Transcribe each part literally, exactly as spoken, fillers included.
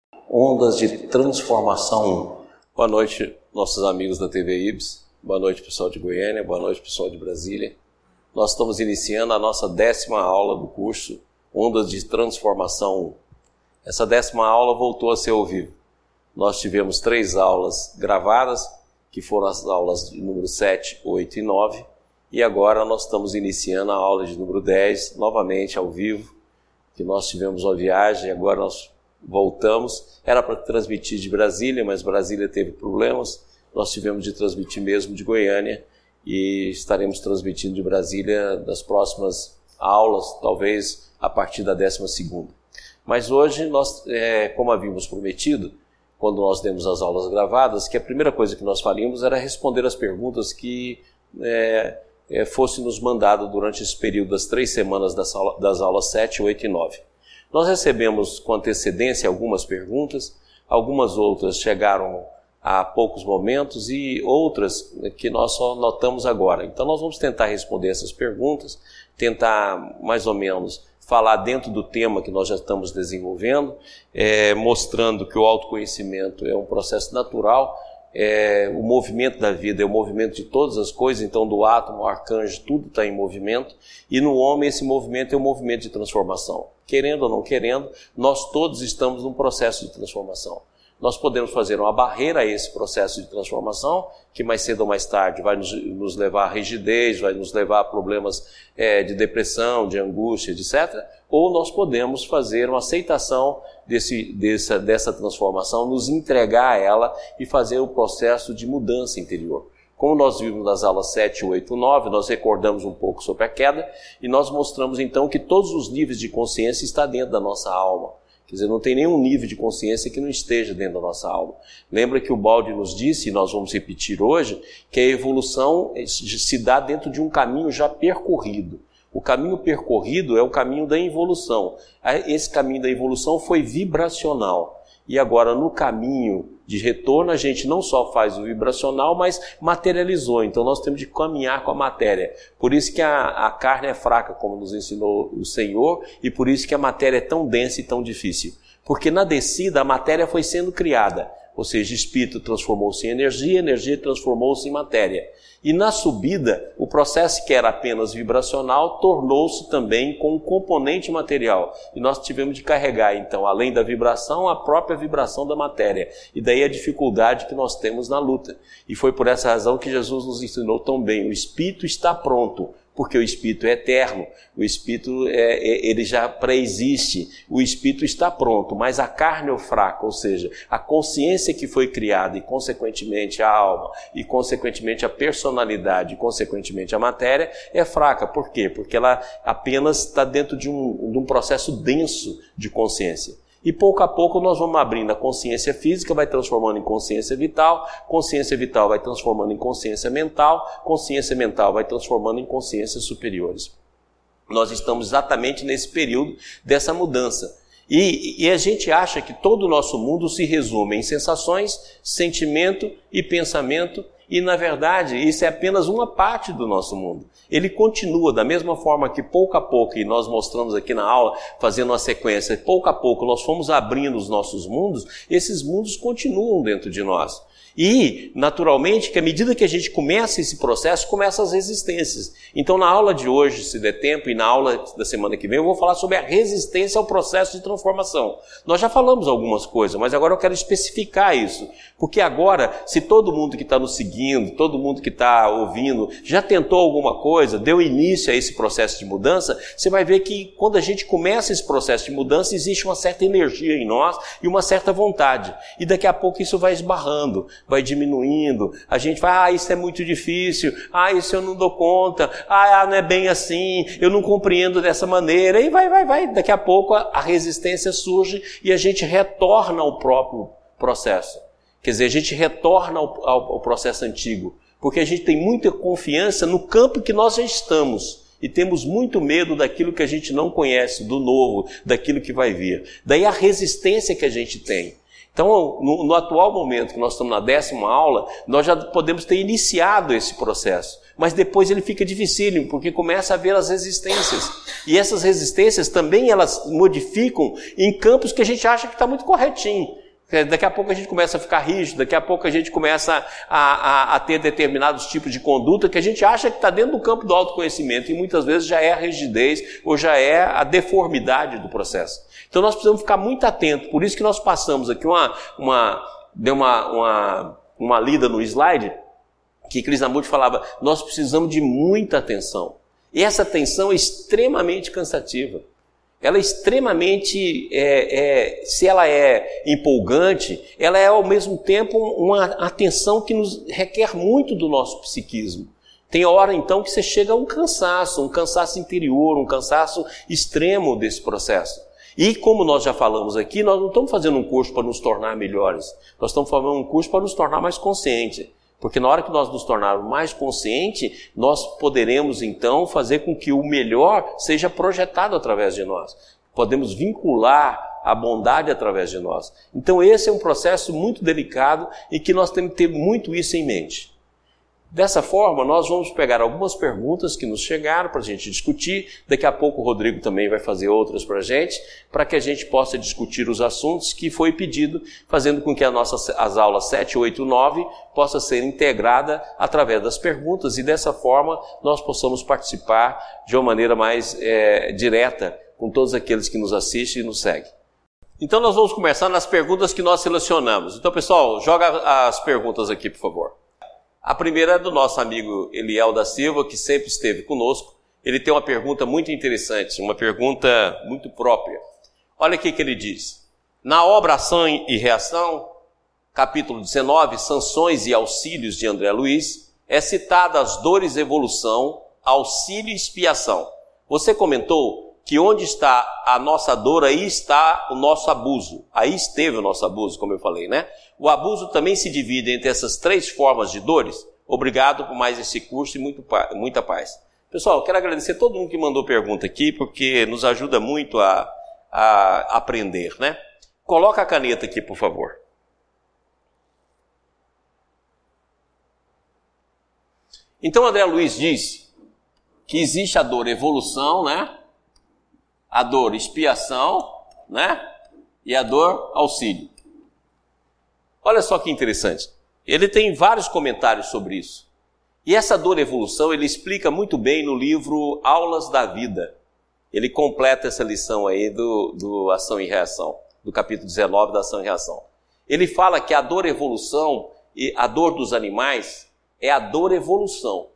Ondas de Transformação. Boa noite, nossos amigos da T V I B S. Boa noite, pessoal de Goiânia. Boa noite, pessoal de Brasília. Nós estamos iniciando a nossa décima aula do curso Ondas de Transformação. Essa décima aula voltou a ser ao vivo. Nós tivemos três aulas gravadas, que foram as aulas de número sete, oito e nove. E agora nós estamos iniciando a aula de número dez, novamente ao vivo, que nós tivemos uma viagem, agora nós voltamos. Era para transmitir de Brasília, mas Brasília teve problemas. Nós tivemos de transmitir mesmo de Goiânia e estaremos transmitindo de Brasília das próximas aulas, talvez a partir da décima segunda. Mas hoje, nós, é, como havíamos prometido, quando nós demos as aulas gravadas, que a primeira coisa que nós faríamos era responder as perguntas que é, é, fosse nos mandado durante esse período das três semanas das, aula, das aulas sete, oito e nove. Nós recebemos com antecedência algumas perguntas, algumas outras chegaram há poucos momentos e outras que nós só notamos agora. Então nós vamos tentar responder essas perguntas, tentar mais ou menos falar dentro do tema que nós já estamos desenvolvendo, é, mostrando que o autoconhecimento é um processo natural, é, o movimento da vida é o movimento de todas as coisas, então do átomo ao arcanjo tudo está em movimento, e no homem esse movimento é um movimento de transformação. Querendo ou não querendo, nós todos estamos num processo de transformação. Nós podemos fazer uma barreira a esse processo de transformação, que mais cedo ou mais tarde vai nos, nos levar à rigidez, vai nos levar a problemas é, de depressão, de angústia, etcétera. Ou nós podemos fazer uma aceitação desse, dessa, dessa transformação, nos entregar a ela e fazer o processo de mudança interior. Como nós vimos nas aulas sete, oito, nove, nós recordamos um pouco sobre a queda e nós mostramos então que todos os níveis de consciência estão dentro da nossa alma. Quer dizer, não tem nenhum nível de consciência que não esteja dentro da nossa alma. Lembra que o Baldi nos disse, e nós vamos repetir hoje, que a evolução se dá dentro de um caminho já percorrido. O caminho percorrido é o caminho da evolução. Esse caminho da evolução foi vibracional. E agora, no caminho de retorno, a gente não só faz o vibracional, mas materializou. Então, nós temos de caminhar com a matéria. Por isso que a, a carne é fraca, como nos ensinou o Senhor, e por isso que a matéria é tão densa e tão difícil. Porque na descida, a matéria foi sendo criada. Ou seja, espírito transformou-se em energia, energia transformou-se em matéria. E na subida, o processo que era apenas vibracional tornou-se também com um componente material. E nós tivemos de carregar, então, além da vibração, a própria vibração da matéria. E daí a dificuldade que nós temos na luta. E foi por essa razão que Jesus nos ensinou tão bem. O espírito está pronto. Porque o Espírito é eterno, o Espírito é, é, ele já pré-existe, o Espírito está pronto, mas a carne é fraca, ou seja, a consciência que foi criada e consequentemente a alma, e consequentemente a personalidade, e consequentemente a matéria, é fraca. Por quê? Porque ela apenas está dentro de um, de um processo denso de consciência. E pouco a pouco nós vamos abrindo a consciência física, vai transformando em consciência vital, consciência vital vai transformando em consciência mental, consciência mental vai transformando em consciências superiores. Nós estamos exatamente nesse período dessa mudança. E, e a gente acha que todo o nosso mundo se resume em sensações, sentimento e pensamento, e na verdade isso é apenas uma parte do nosso mundo. Ele continua da mesma forma que pouco a pouco, e nós mostramos aqui na aula, fazendo uma sequência, pouco a pouco nós fomos abrindo os nossos mundos, esses mundos continuam dentro de nós. E, naturalmente, que à medida que a gente começa esse processo, começam as resistências. Então, na aula de hoje, se der tempo, e na aula da semana que vem, eu vou falar sobre a resistência ao processo de transformação. Nós já falamos algumas coisas, mas agora eu quero especificar isso. Porque agora, se todo mundo que está nos seguindo, todo mundo que está ouvindo, já tentou alguma coisa, deu início a esse processo de mudança, você vai ver que quando a gente começa esse processo de mudança, existe uma certa energia em nós e uma certa vontade. E daqui a pouco isso vai esbarrando, vai diminuindo, a gente vai, ah, isso é muito difícil, ah, isso eu não dou conta, ah, não é bem assim, eu não compreendo dessa maneira, e vai, vai, vai, daqui a pouco a, a resistência surge e a gente retorna ao próprio processo. Quer dizer, a gente retorna ao, ao, ao processo antigo, porque a gente tem muita confiança no campo que nós já estamos. E temos muito medo daquilo que a gente não conhece, do novo, daquilo que vai vir. Daí a resistência que a gente tem. Então, no, no atual momento que nós estamos na décima aula, nós já podemos ter iniciado esse processo. Mas depois ele fica dificílimo, porque começa a haver as resistências. E essas resistências também elas modificam em campos que a gente acha que está muito corretinho. Daqui a pouco a gente começa a ficar rígido, daqui a pouco a gente começa a, a, a ter determinados tipos de conduta que a gente acha que está dentro do campo do autoconhecimento e muitas vezes já é a rigidez ou já é a deformidade do processo. Então nós precisamos ficar muito atentos, por isso que nós passamos aqui uma, uma, deu uma, uma, uma lida no slide, que Krishnamurti falava, nós precisamos de muita atenção. E essa atenção é extremamente cansativa. Ela é extremamente, é, é, se ela é empolgante, ela é ao mesmo tempo uma atenção que nos requer muito do nosso psiquismo. Tem hora então que você chega a um cansaço, um cansaço interior, um cansaço extremo desse processo. E como nós já falamos aqui, nós não estamos fazendo um curso para nos tornar melhores, nós estamos fazendo um curso para nos tornar mais conscientes. Porque na hora que nós nos tornarmos mais conscientes, nós poderemos então fazer com que o melhor seja projetado através de nós. Podemos vincular a bondade através de nós. Então esse é um processo muito delicado e que nós temos que ter muito isso em mente. Dessa forma, nós vamos pegar algumas perguntas que nos chegaram para a gente discutir. Daqui a pouco o Rodrigo também vai fazer outras para a gente, para que a gente possa discutir os assuntos que foi pedido, fazendo com que a nossa, as aulas sete, oito, nove possa ser integrada através das perguntas e dessa forma nós possamos participar de uma maneira mais é, direta com todos aqueles que nos assistem e nos seguem. Então nós vamos começar nas perguntas que nós selecionamos. Então pessoal, joga as perguntas aqui, por favor. A primeira é do nosso amigo Eliel da Silva, que sempre esteve conosco. Ele tem uma pergunta muito interessante, uma pergunta muito própria. Olha o que ele diz. Na obra Ação e Reação, capítulo dezenove, Sanções e Auxílios de André Luiz, é citada as dores evolução, auxílio e expiação. Você comentou que onde está a nossa dor, aí está o nosso abuso. Aí esteve o nosso abuso, como eu falei, né? O abuso também se divide entre essas três formas de dores. Obrigado por mais esse curso e muito, muita paz. Pessoal, quero agradecer a todo mundo que mandou pergunta aqui, porque nos ajuda muito a, a aprender, né? Coloca a caneta aqui, por favor. Então, André Luiz diz que existe a dor evolução, né? A dor expiação, né? E a dor auxílio. Olha só que interessante. Ele tem vários comentários sobre isso. E essa dor evolução ele explica muito bem no livro Aulas da Vida. Ele completa essa lição aí do, do Ação e Reação, do capítulo dezenove da Ação e Reação. Ele fala que a dor evolução, e a dor dos animais, é a dor evolução.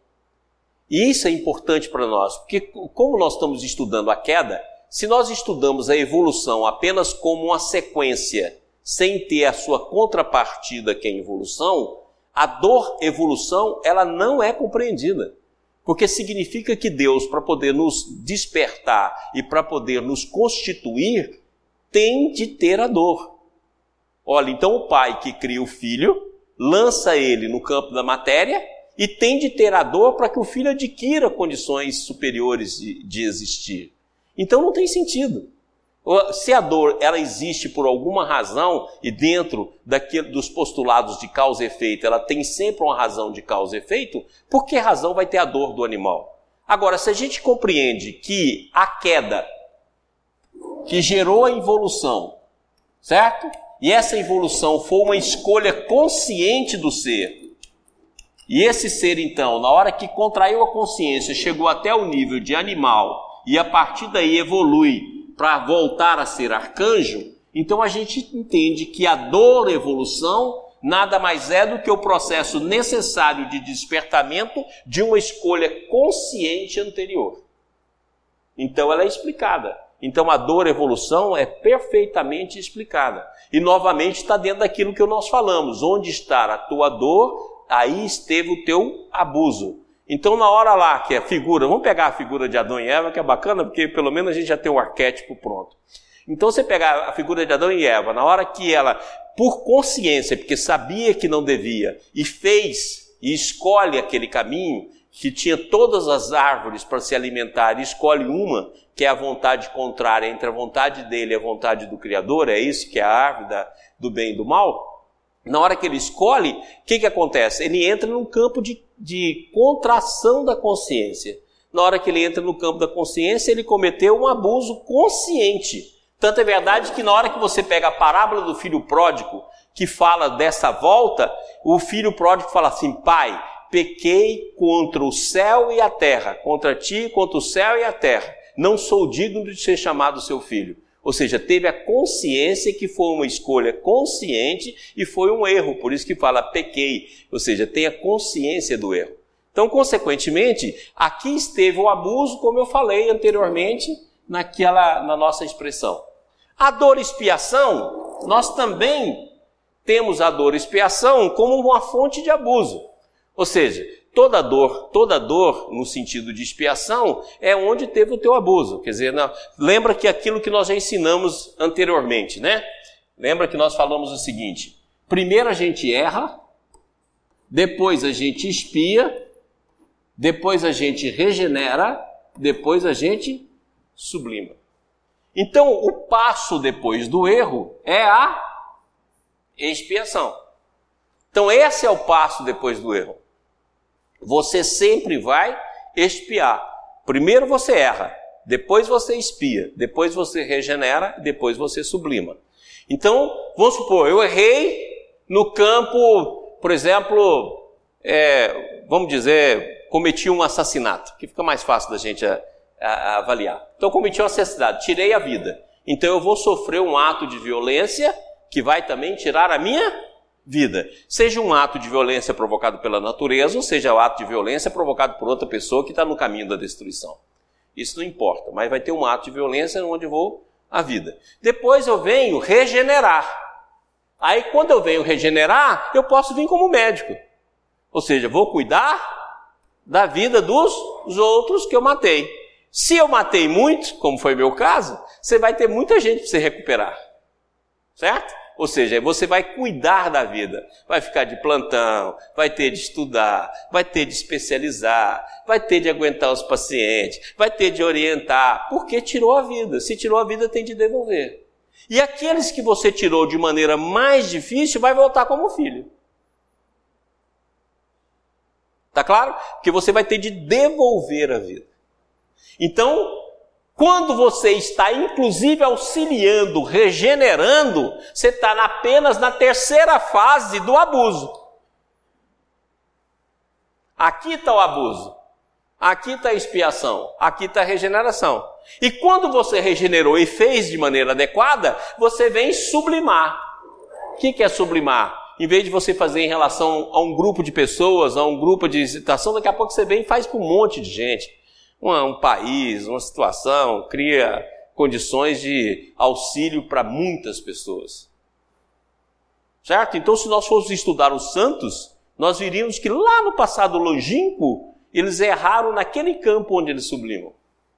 E isso é importante para nós, porque como nós estamos estudando a queda, se nós estudamos a evolução apenas como uma sequência, sem ter a sua contrapartida que é a evolução, a dor evolução ela não é compreendida. Porque significa que Deus, para poder nos despertar e para poder nos constituir, tem de ter a dor. Olha, então o pai que cria o filho, lança ele no campo da matéria e tem de ter a dor para que o filho adquira condições superiores de, de existir. Então não tem sentido. Se a dor ela existe por alguma razão e dentro daquele, dos postulados de causa e efeito ela tem sempre uma razão de causa e efeito, por que razão vai ter a dor do animal? Agora, se a gente compreende que a queda que gerou a evolução, certo? E essa evolução foi uma escolha consciente do ser, e esse ser então, na hora que contraiu a consciência, chegou até o nível de animal e a partir daí evolui para voltar a ser arcanjo, então a gente entende que a dor evolução nada mais é do que o processo necessário de despertamento de uma escolha consciente anterior. Então ela é explicada. Então a dor evolução é perfeitamente explicada. E novamente está dentro daquilo que nós falamos. Onde está a tua dor, aí esteve o teu abuso. Então, na hora lá que a figura, vamos pegar a figura de Adão e Eva, que é bacana, porque pelo menos a gente já tem o arquétipo pronto. Então, você pegar a figura de Adão e Eva, na hora que ela, por consciência, porque sabia que não devia, e fez, e escolhe aquele caminho, que tinha todas as árvores para se alimentar, e escolhe uma, que é a vontade contrária entre a vontade dele e a vontade do Criador, é isso que é a árvore da, do bem e do mal, na hora que ele escolhe, o que, que acontece? Ele entra num campo de, de contração da consciência. Na hora que ele entra no campo da consciência, ele cometeu um abuso consciente. Tanto é verdade que na hora que você pega a parábola do filho pródigo, que fala dessa volta, o filho pródigo fala assim: pai, pequei contra o céu e a terra, contra ti, contra o céu e a terra. Não sou digno de ser chamado seu filho. Ou seja, teve a consciência que foi uma escolha consciente e foi um erro. Por isso que fala pequei. Ou seja, tem a consciência do erro. Então, consequentemente, aqui esteve o abuso, como eu falei anteriormente, naquela, na nossa expressão. A dor e expiação, nós também temos a dor e expiação como uma fonte de abuso. Ou seja, toda dor, toda dor no sentido de expiação é onde teve o teu abuso. Quer dizer, não, lembra que aquilo que nós já ensinamos anteriormente, né? Lembra que nós falamos o seguinte: primeiro a gente erra, depois a gente expia, depois a gente regenera, depois a gente sublima. Então, o passo depois do erro é a expiação. Então, esse é o passo depois do erro. Você sempre vai expiar. Primeiro você erra, depois você expia, depois você regenera, depois você sublima. Então, vamos supor, eu errei no campo, por exemplo, é, vamos dizer, cometi um assassinato, que fica mais fácil da gente a, a, a avaliar. Então, eu cometi um assassinato, tirei a vida. Então, eu vou sofrer um ato de violência que vai também tirar a minha vida. Seja um ato de violência provocado pela natureza, ou seja um ato de violência provocado por outra pessoa que está no caminho da destruição. Isso não importa, mas vai ter um ato de violência onde eu vou a vida. Depois eu venho regenerar. Aí quando eu venho regenerar, eu posso vir como médico. Ou seja, vou cuidar da vida dos outros que eu matei. Se eu matei muito, como foi meu caso, você vai ter muita gente para se recuperar. Certo? Ou seja, você vai cuidar da vida, vai ficar de plantão, vai ter de estudar, vai ter de especializar, vai ter de aguentar os pacientes, vai ter de orientar, porque tirou a vida. Se tirou a vida, tem de devolver. E aqueles que você tirou de maneira mais difícil, vai voltar como filho. Tá claro? Porque você vai ter de devolver a vida. Então, quando você está, inclusive, auxiliando, regenerando, você está apenas na terceira fase do abuso. Aqui está o abuso, aqui está a expiação, aqui está a regeneração. E quando você regenerou e fez de maneira adequada, você vem sublimar. O que, que é sublimar? Em vez de você fazer em relação a um grupo de pessoas, a um grupo de situação, daqui a pouco você vem e faz para um monte de gente. Um país, uma situação, cria condições de auxílio para muitas pessoas. Certo? Então, se nós fôssemos estudar os santos, nós veríamos que lá no passado longínquo, eles erraram naquele campo onde eles sublimam.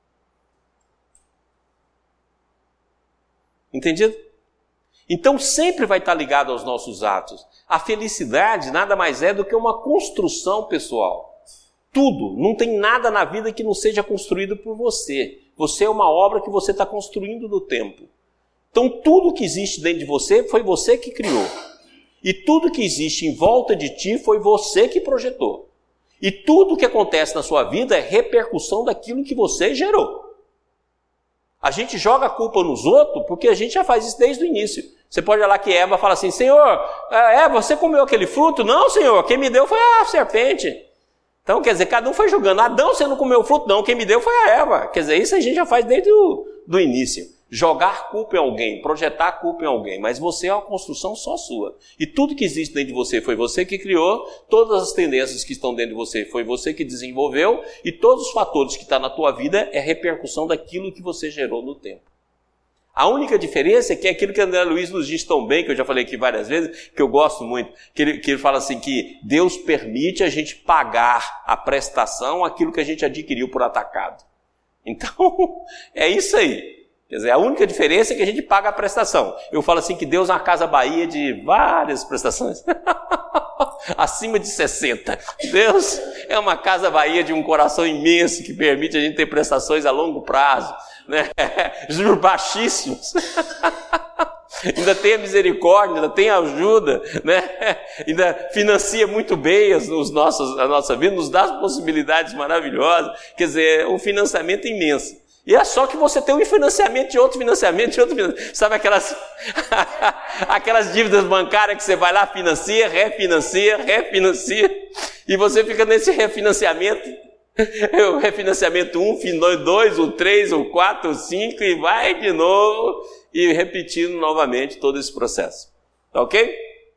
Entendido? Então, sempre vai estar ligado aos nossos atos. A felicidade nada mais é do que uma construção pessoal. Tudo, não tem nada na vida que não seja construído por você. Você é uma obra que você está construindo no tempo. Então tudo que existe dentro de você foi você que criou. E tudo que existe em volta de ti foi você que projetou. E tudo que acontece na sua vida é repercussão daquilo que você gerou. A gente joga a culpa nos outros porque a gente já faz isso desde o início. Você pode olhar que Eva fala assim: Senhor, Eva, você comeu aquele fruto? Não, Senhor, quem me deu foi a serpente. Então, quer dizer, cada um foi julgando. Adão, você não comeu o fruto? Não, quem me deu foi a Eva. Quer dizer, isso a gente já faz desde o do início. Jogar culpa em alguém, projetar culpa em alguém. Mas você é uma construção só sua. E tudo que existe dentro de você foi você que criou. Todas as tendências que estão dentro de você foi você que desenvolveu. E todos os fatores que estão na tua vida é repercussão daquilo que você gerou no tempo. A única diferença é que é aquilo que André Luiz nos diz tão bem, que eu já falei aqui várias vezes, que eu gosto muito, que ele, que ele fala assim, que Deus permite a gente pagar a prestação, aquilo que a gente adquiriu por atacado. Então, é isso aí. Quer dizer, a única diferença é que a gente paga a prestação. Eu falo assim que Deus é uma casa Bahia de várias prestações. Acima de sessenta. Deus é uma casa Bahia de um coração imenso que permite a gente ter prestações a longo prazo. Né? Juros baixíssimos. ainda tem a misericórdia, ainda tem a ajuda, né? Ainda financia muito bem as, os nossos, a nossa vida, nos dá possibilidades maravilhosas. Quer dizer, um financiamento imenso. E é só que você tem um financiamento de outro financiamento de outro financiamento. Sabe aquelas, aquelas dívidas bancárias que você vai lá, financia, refinancia, refinancia, e você fica nesse refinanciamento. O refinanciamento um, dois, o três, o quatro, o cinco, e vai de novo, e repetindo novamente todo esse processo. Tá ok?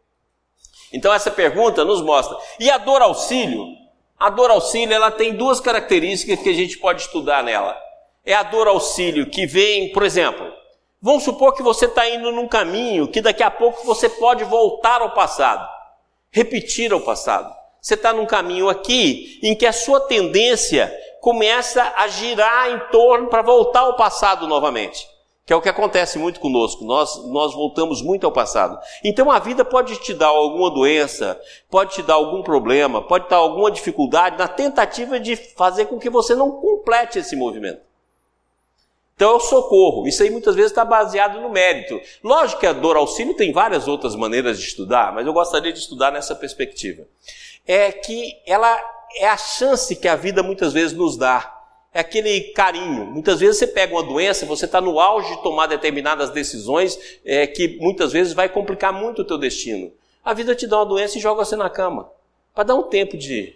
Então essa pergunta nos mostra. E a dor auxílio? A dor auxílio, ela tem duas características que a gente pode estudar nela. É a dor auxílio que vem, por exemplo, vamos supor que você está indo num caminho que daqui a pouco você pode voltar ao passado, repetir ao passado. Você está num caminho aqui em que a sua tendência começa a girar em torno para voltar ao passado novamente, que é o que acontece muito conosco, nós, nós voltamos muito ao passado. Então a vida pode te dar alguma doença, pode te dar algum problema, pode te dar alguma dificuldade na tentativa de fazer com que você não complete esse movimento. Então é o socorro, isso aí muitas vezes está baseado no mérito. Lógico que a dor auxílio tem várias outras maneiras de estudar, mas eu gostaria de estudar nessa perspectiva. É que ela é a chance que a vida muitas vezes nos dá, é aquele carinho. Muitas vezes você pega uma doença, você está no auge de tomar determinadas decisões é, que muitas vezes vai complicar muito o teu destino. A vida te dá uma doença e joga você na cama, para dar um tempo de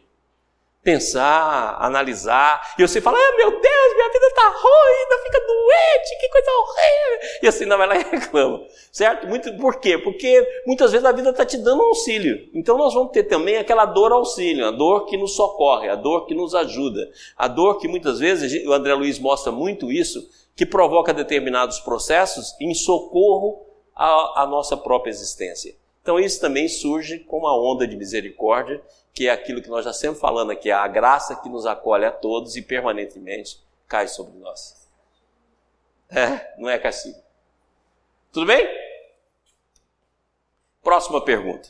pensar, analisar, e você fala, ah, meu Deus, minha vida está ruim, ainda fica doente, que coisa horrível, e assim não vai lá e reclama, certo? Muito, por quê? Porque muitas vezes a vida está te dando um auxílio, então nós vamos ter também aquela dor auxílio, a dor que nos socorre, a dor que nos ajuda, a dor que muitas vezes, o André Luiz mostra muito isso, que provoca determinados processos em socorro à, à nossa própria existência. Então isso também surge como a onda de misericórdia, que é aquilo que nós já sempre falando aqui, a graça que nos acolhe a todos e permanentemente cai sobre nós. É, não é castigo. Tudo bem? Próxima pergunta.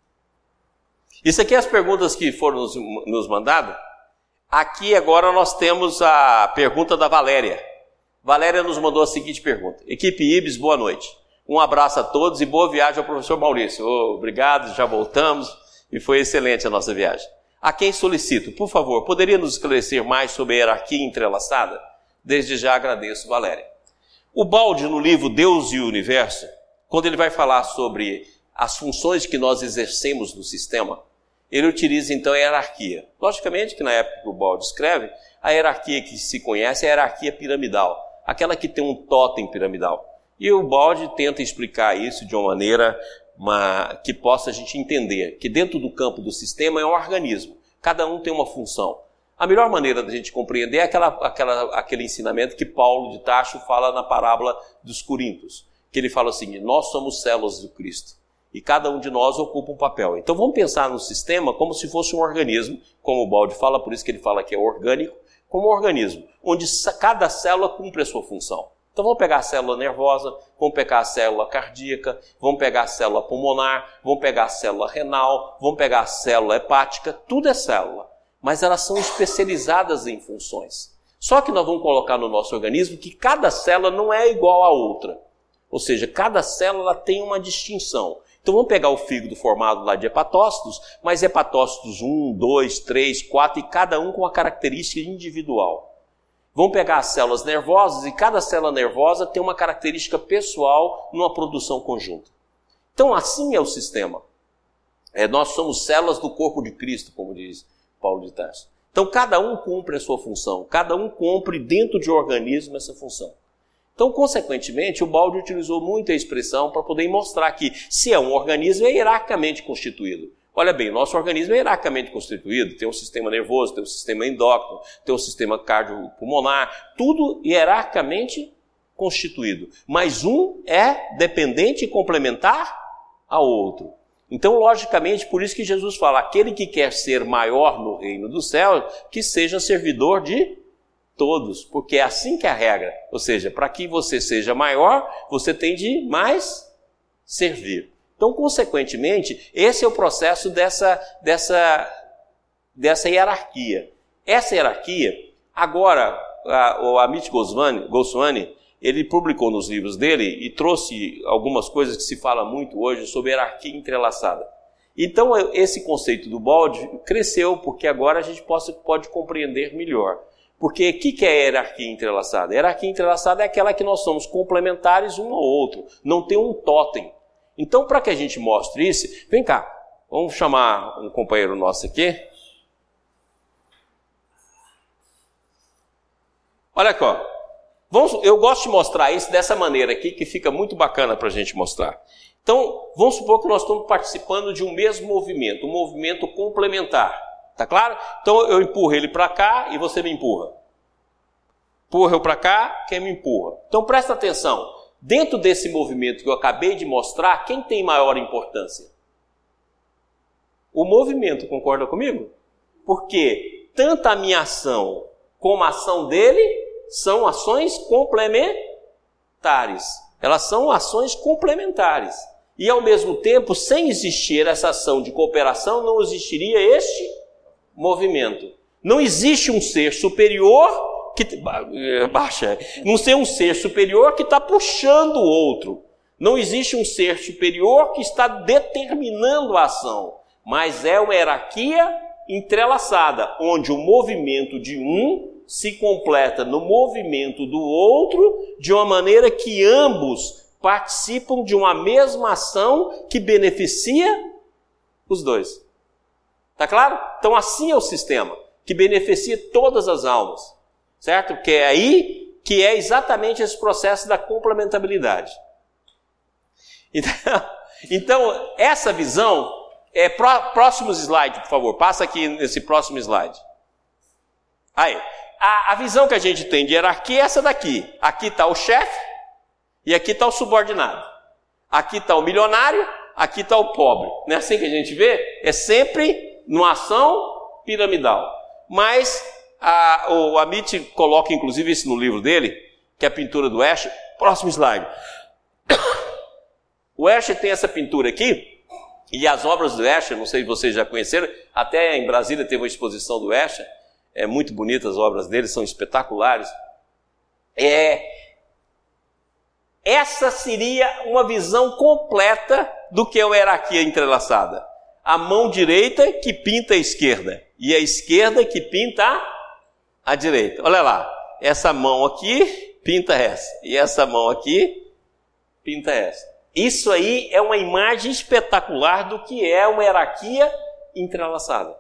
Isso aqui é as perguntas que foram nos, nos mandadas. Aqui agora nós temos a pergunta da Valéria. Valéria nos mandou a seguinte pergunta. Equipe Ibis, boa noite. Um abraço a todos e boa viagem ao professor Maurício. Oh, obrigado, já voltamos. E foi excelente a nossa viagem. A quem solicito, por favor, poderia nos esclarecer mais sobre a hierarquia entrelaçada? Desde já agradeço, Valéria. O Baldi, no livro Deus e o Universo, quando ele vai falar sobre as funções que nós exercemos no sistema, ele utiliza então a hierarquia. Logicamente que na época que o Baldi escreve, a hierarquia que se conhece é a hierarquia piramidal, aquela que tem um tótem piramidal. E o Baldi tenta explicar isso de uma maneira uma, que possa a gente entender que dentro do campo do sistema é um organismo. Cada um tem uma função. A melhor maneira da gente compreender é aquela, aquela, aquele ensinamento que Paulo de Tarso fala na parábola dos Coríntios, que ele fala assim, nós somos células do Cristo e cada um de nós ocupa um papel. Então vamos pensar no sistema como se fosse um organismo, como o Baldi fala, por isso que ele fala que é orgânico, como um organismo, onde cada célula cumpre a sua função. Então vamos pegar a célula nervosa, vamos pegar a célula cardíaca, vamos pegar a célula pulmonar, vamos pegar a célula renal, vamos pegar a célula hepática, tudo é célula, mas elas são especializadas em funções. Só que nós vamos colocar no nosso organismo que cada célula não é igual à outra, ou seja, cada célula tem uma distinção. Então vamos pegar o fígado formado lá de hepatócitos, mas hepatócitos um, dois, três, quatro, e cada um com uma característica individual. Vamos pegar as células nervosas e cada célula nervosa tem uma característica pessoal numa produção conjunta. Então assim é o sistema. É, nós somos células do corpo de Cristo, como diz Paulo de Tarso. Então cada um cumpre a sua função, cada um cumpre dentro de um organismo essa função. Então, consequentemente, o Baldi utilizou muito a expressão para poder mostrar que se é um organismo, é hierarquicamente constituído. Olha bem, nosso organismo é hierarquicamente constituído, tem um sistema nervoso, tem um sistema endócrino, tem um sistema cardiopulmonar, tudo hierarquicamente constituído. Mas um é dependente e complementar ao outro. Então, logicamente, por isso que Jesus fala, aquele que quer ser maior no reino dos céus, que seja servidor de todos, porque é assim que é a regra. Ou seja, para que você seja maior, você tem de mais servir. Então, consequentemente, esse é o processo dessa, dessa, dessa hierarquia. Essa hierarquia, agora, a, o Amit Goswami, Goswami, ele publicou nos livros dele e trouxe algumas coisas que se fala muito hoje sobre hierarquia entrelaçada. Então, esse conceito do Bald cresceu, porque agora a gente pode, pode compreender melhor. Porque o que, que é hierarquia entrelaçada? A hierarquia entrelaçada é aquela que nós somos complementares um ao outro, não tem um totem. Então, para que a gente mostre isso, vem cá, vamos chamar um companheiro nosso aqui. Olha aqui, ó. Vamos, eu gosto de mostrar isso dessa maneira aqui, que fica muito bacana para a gente mostrar. Então, vamos supor que nós estamos participando de um mesmo movimento, um movimento complementar. Tá claro? Então, eu empurro ele para cá e você me empurra. Empurra eu para cá, quem me empurra. Então, presta atenção. Dentro desse movimento que eu acabei de mostrar, quem tem maior importância? O movimento, concorda comigo? Porque tanto a minha ação como a ação dele são ações complementares. Elas são ações complementares. E, ao mesmo tempo, sem existir essa ação de cooperação, não existiria este movimento. Não existe um ser superior que... Baixa. Não ser um ser superior que está puxando o outro. Não existe um ser superior que está determinando a ação. Mas é uma hierarquia entrelaçada, onde o movimento de um se completa no movimento do outro, de uma maneira que ambos participam de uma mesma ação que beneficia os dois. Tá claro? Então assim é o sistema, que beneficia todas as almas, certo? Que é aí que é exatamente esse processo da complementabilidade. Então, então essa visão, é, próximos slides, por favor, passa aqui nesse próximo slide. Aí. A, a visão que a gente tem de hierarquia é essa daqui. Aqui está o chefe e aqui está o subordinado. Aqui está o milionário, aqui está o pobre. Não é assim que a gente vê? É sempre numa ação piramidal. Mas a, o Amit coloca inclusive isso no livro dele, que é a pintura do Escher. Próximo slide. O Escher tem essa pintura aqui, e as obras do Escher, não sei se vocês já conheceram, até em Brasília teve uma exposição do Escher. É muito bonita as obras dele, são espetaculares. É, essa seria uma visão completa do que é uma hierarquia entrelaçada. A mão direita que pinta a esquerda e a esquerda que pinta a, a direita. Olha lá, essa mão aqui pinta essa e essa mão aqui pinta essa. Isso aí é uma imagem espetacular do que é uma hierarquia entrelaçada.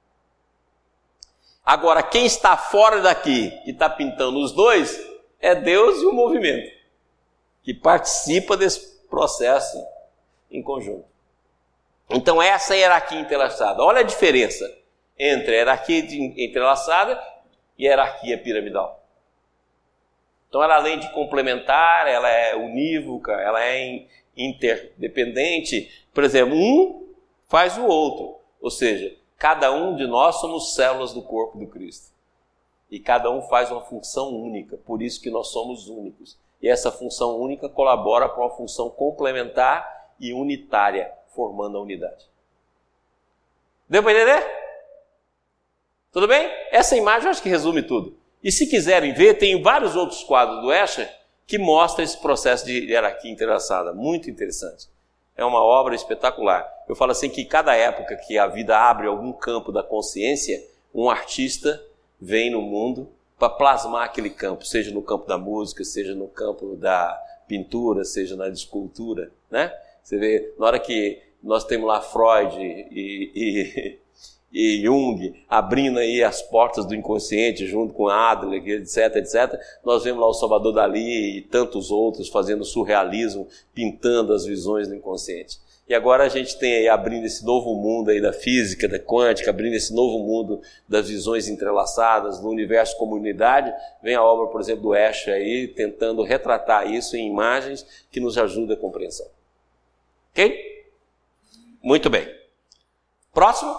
Agora, quem está fora daqui, que está pintando os dois, é Deus e o movimento, que participa desse processo em conjunto. Então, essa é a hierarquia entrelaçada. Olha a diferença entre a hierarquia entrelaçada e a hierarquia piramidal. Então, ela, além de complementar, ela é unívoca, ela é interdependente. Por exemplo, um faz o outro, ou seja, cada um de nós somos células do corpo do Cristo. E cada um faz uma função única, por isso que nós somos únicos. E essa função única colabora para uma função complementar e unitária, formando a unidade. Deu para entender? Tudo bem? Essa imagem eu acho que resume tudo. E se quiserem ver, tem vários outros quadros do Escher que mostram esse processo de hierarquia entrelaçada. Muito interessante. É uma obra espetacular. Eu falo assim que cada época que a vida abre algum campo da consciência, um artista vem no mundo para plasmar aquele campo, seja no campo da música, seja no campo da pintura, seja na escultura, né? Você vê, na hora que nós temos lá Freud e, e, e Jung abrindo aí as portas do inconsciente junto com Adler, etc, etc, nós vemos lá o Salvador Dalí e tantos outros fazendo surrealismo, pintando as visões do inconsciente. E agora a gente tem aí abrindo esse novo mundo aí da física, da quântica, abrindo esse novo mundo das visões entrelaçadas, do universo comunidade. Vem a obra, por exemplo, do Escher aí, tentando retratar isso em imagens que nos ajudam a compreensão. Ok? Muito bem. Próximo.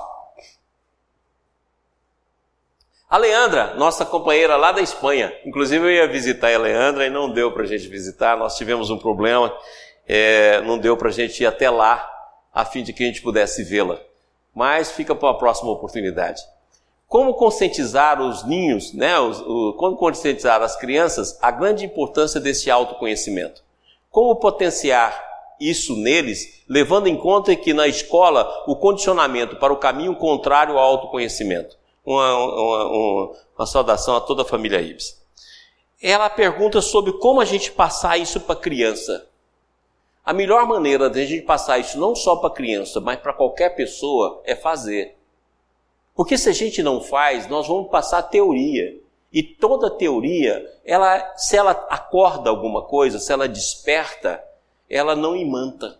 A Leandra, nossa companheira lá da Espanha. Inclusive eu ia visitar a Leandra e não deu para a gente visitar, nós tivemos um problema. É, não deu para a gente ir até lá, a fim de que a gente pudesse vê-la. Mas fica para uma próxima oportunidade. como conscientizar os ninhos, né? Os, o, como conscientizar as crianças a grande importância desse autoconhecimento. Como potenciar isso neles, levando em conta que na escola o condicionamento para o caminho contrário ao autoconhecimento. Uma, uma, uma, uma saudação a toda a família Ibs. Ela pergunta sobre como a gente passar isso para a criança. A melhor maneira de a gente passar isso não só para a criança, mas para qualquer pessoa é fazer. Porque se a gente não faz, nós vamos passar teoria. E toda teoria, ela, se ela acorda alguma coisa, se ela desperta, ela não imanta.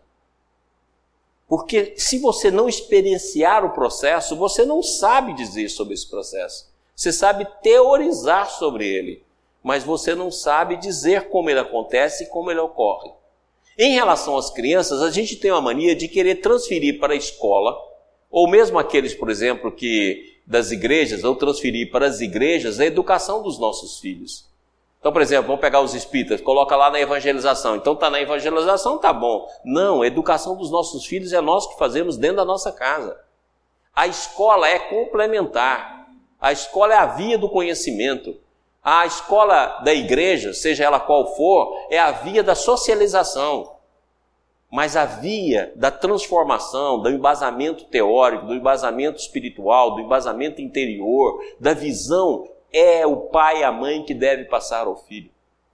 Porque se você não experienciar o processo, você não sabe dizer sobre esse processo. Você sabe teorizar sobre ele, mas você não sabe dizer como ele acontece e como ele ocorre. Em relação às crianças, a gente tem uma mania de querer transferir para a escola, ou mesmo aqueles, por exemplo, que das igrejas, ou transferir para as igrejas a educação dos nossos filhos. Então, por exemplo, vamos pegar os espíritas, coloca lá na evangelização. Então está na evangelização, tá bom. Não, a educação dos nossos filhos é nós que fazemos dentro da nossa casa. A escola é complementar. A escola é a via do conhecimento. A escola da igreja, seja ela qual for, é a via da socialização. Mas a via da transformação, do embasamento teórico, do embasamento espiritual, do embasamento interior, da visão, é o pai e a mãe que deve passar ao filho.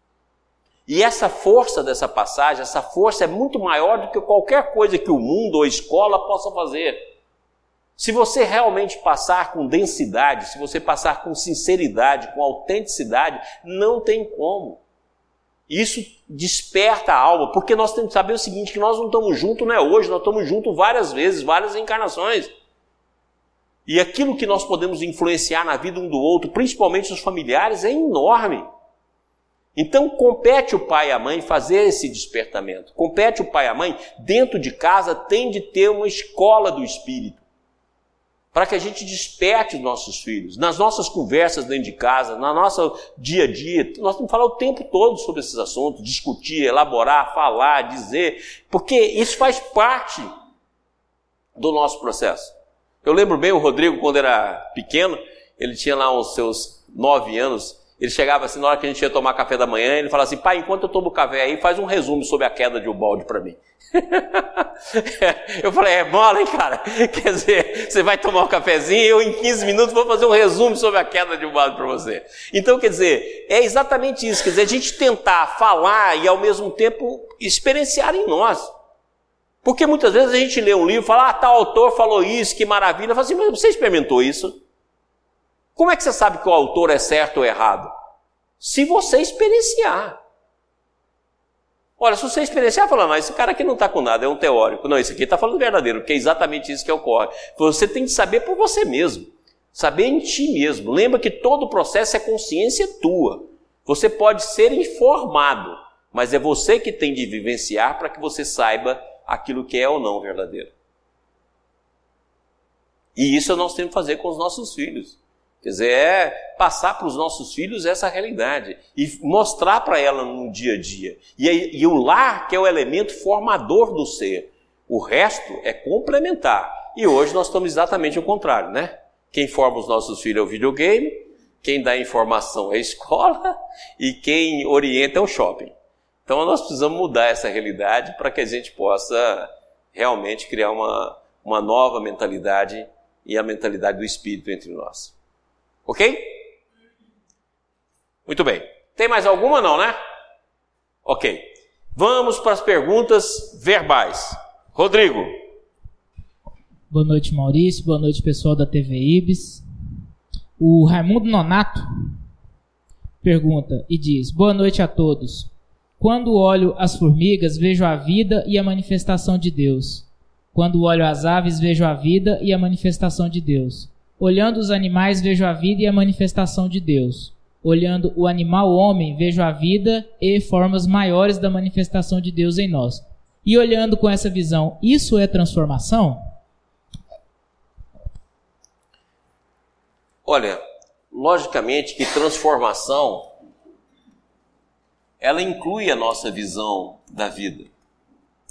E essa força dessa passagem, essa força é muito maior do que qualquer coisa que o mundo ou a escola possa fazer. Se você realmente passar com densidade, se você passar com sinceridade, com autenticidade, não tem como. Isso desperta a alma, porque nós temos que saber o seguinte, que nós não estamos juntos, não é hoje, nós estamos juntos várias vezes, várias encarnações. E aquilo que nós podemos influenciar na vida um do outro, principalmente os familiares, é enorme. Então compete o pai e a mãe fazer esse despertamento. Compete o pai e a mãe, dentro de casa, tem de ter uma escola do espírito. Para que a gente desperte os nossos filhos. Nas nossas conversas dentro de casa, no nosso dia a dia, nós temos que falar o tempo todo sobre esses assuntos, discutir, elaborar, falar, dizer, porque isso faz parte do nosso processo. Eu lembro bem o Rodrigo, quando era pequeno, ele tinha lá os seus nove anos, ele chegava assim, na hora que a gente ia tomar café da manhã, ele falava assim, pai, enquanto eu tomo café aí, faz um resumo sobre a queda de Ubaldi para mim. Eu falei, é bola, hein, cara? Quer dizer, você vai tomar um cafezinho e eu em quinze minutos vou fazer um resumo sobre a queda de Ubaldi para você. Então, quer dizer, é exatamente isso, quer dizer, a gente tentar falar e ao mesmo tempo experienciar em nós. Porque muitas vezes a gente lê um livro e fala, ah, tal autor falou isso, que maravilha. Eu falo assim, mas você experimentou isso? Como é que você sabe que o autor é certo ou errado? Se você experienciar. Olha, se você experienciar, falando, ah, esse cara aqui não está com nada, é um teórico. Não, esse aqui está falando verdadeiro, porque é exatamente isso que ocorre. Você tem que saber por você mesmo. Saber em ti mesmo. Lembra que todo o processo é consciência tua. Você pode ser informado, mas é você que tem de vivenciar para que você saiba aquilo que é ou não verdadeiro. E isso nós temos que fazer com os nossos filhos. Quer dizer, é passar para os nossos filhos essa realidade e mostrar para ela no dia a dia. E, e o lar que é o elemento formador do ser. O resto é complementar. E hoje nós estamos exatamente o contrário, né? Quem forma os nossos filhos é o videogame, quem dá informação é a escola e quem orienta é o shopping. Então nós precisamos mudar essa realidade para que a gente possa realmente criar uma, uma nova mentalidade e a mentalidade do espírito entre nós. Ok? Muito bem. Tem mais alguma não, né? Ok. Vamos para as perguntas verbais. Rodrigo. Boa noite, Maurício. Boa noite, pessoal da T V Ibs. O Raimundo Nonato pergunta e diz, boa noite a todos. Quando olho as formigas, vejo a vida e a manifestação de Deus. Quando olho as aves, vejo a vida e a manifestação de Deus. Olhando os animais, vejo a vida e a manifestação de Deus. Olhando o animal homem, vejo a vida e formas maiores da manifestação de Deus em nós. E olhando com essa visão, isso é transformação? Olha, logicamente que transformação ela inclui a nossa visão da vida.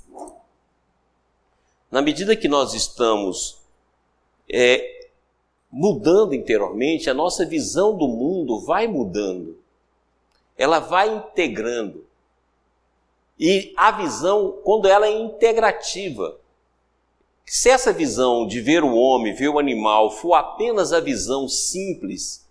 Na medida que nós estamos é, mudando interiormente, a nossa visão do mundo vai mudando. Ela vai integrando. E a visão, quando ela é integrativa, se essa visão de ver o homem, ver o animal, for apenas a visão simples,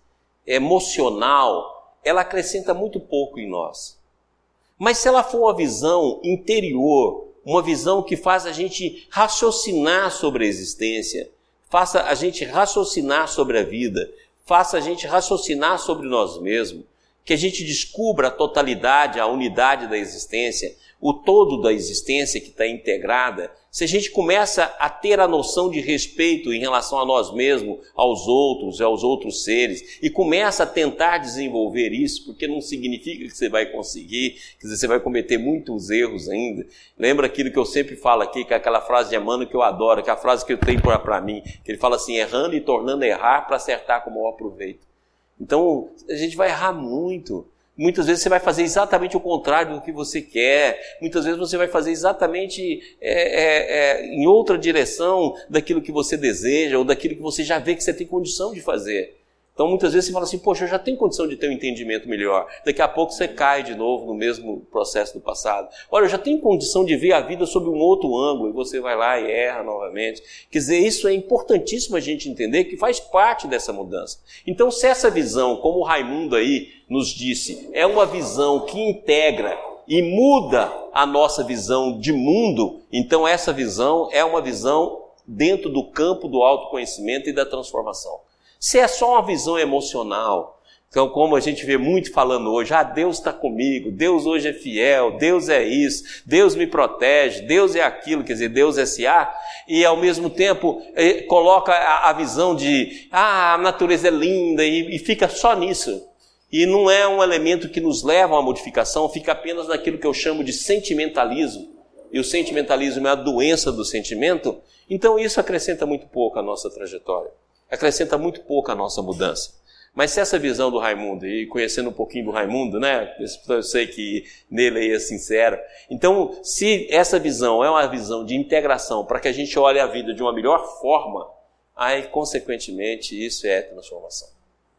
emocional, ela acrescenta muito pouco em nós. Mas se ela for uma visão interior, uma visão que faz a gente raciocinar sobre a existência, faça a gente raciocinar sobre a vida, faça a gente raciocinar sobre nós mesmos, que a gente descubra a totalidade, a unidade da existência, o todo da existência que está integrada, se a gente começa a ter a noção de respeito em relação a nós mesmos, aos outros e aos outros seres, e começa a tentar desenvolver isso, porque não significa que você vai conseguir, quer dizer, você vai cometer muitos erros ainda. Lembra aquilo que eu sempre falo aqui, que é aquela frase de Emmanuel que eu adoro, que é a frase que eu tenho para mim, que ele fala assim, errando e tornando a errar para acertar com o maior proveito. Então, a gente vai errar muito. Muitas vezes você vai fazer exatamente o contrário do que você quer. Muitas vezes você vai fazer exatamente é, é, é, em outra direção daquilo que você deseja ou daquilo que você já vê que você tem condição de fazer. Então, muitas vezes você fala assim, poxa, eu já tenho condição de ter um entendimento melhor. Daqui a pouco você cai de novo no mesmo processo do passado. Olha, eu já tenho condição de ver a vida sob um outro ângulo, e você vai lá e erra novamente. Quer dizer, isso é importantíssimo a gente entender que faz parte dessa mudança. Então, se essa visão, como o Raimundo aí nos disse, é uma visão que integra e muda a nossa visão de mundo, então essa visão é uma visão dentro do campo do autoconhecimento e da transformação. Se é só uma visão emocional, então como a gente vê muito falando hoje, ah, Deus está comigo, Deus hoje é fiel, Deus é isso, Deus me protege, Deus é aquilo, quer dizer, Deus é S A, e ao mesmo tempo eh, coloca a, a visão de, ah, a natureza é linda, e, e fica só nisso. E não é um elemento que nos leva a uma modificação, fica apenas naquilo que eu chamo de sentimentalismo, e o sentimentalismo é a doença do sentimento, então isso acrescenta muito pouco à nossa trajetória. Acrescenta muito pouco a nossa mudança. Mas se essa visão do Raimundo, e conhecendo um pouquinho do Raimundo, né, eu sei que nele aí é sincero, então se essa visão é uma visão de integração para que a gente olhe a vida de uma melhor forma, aí consequentemente isso é transformação.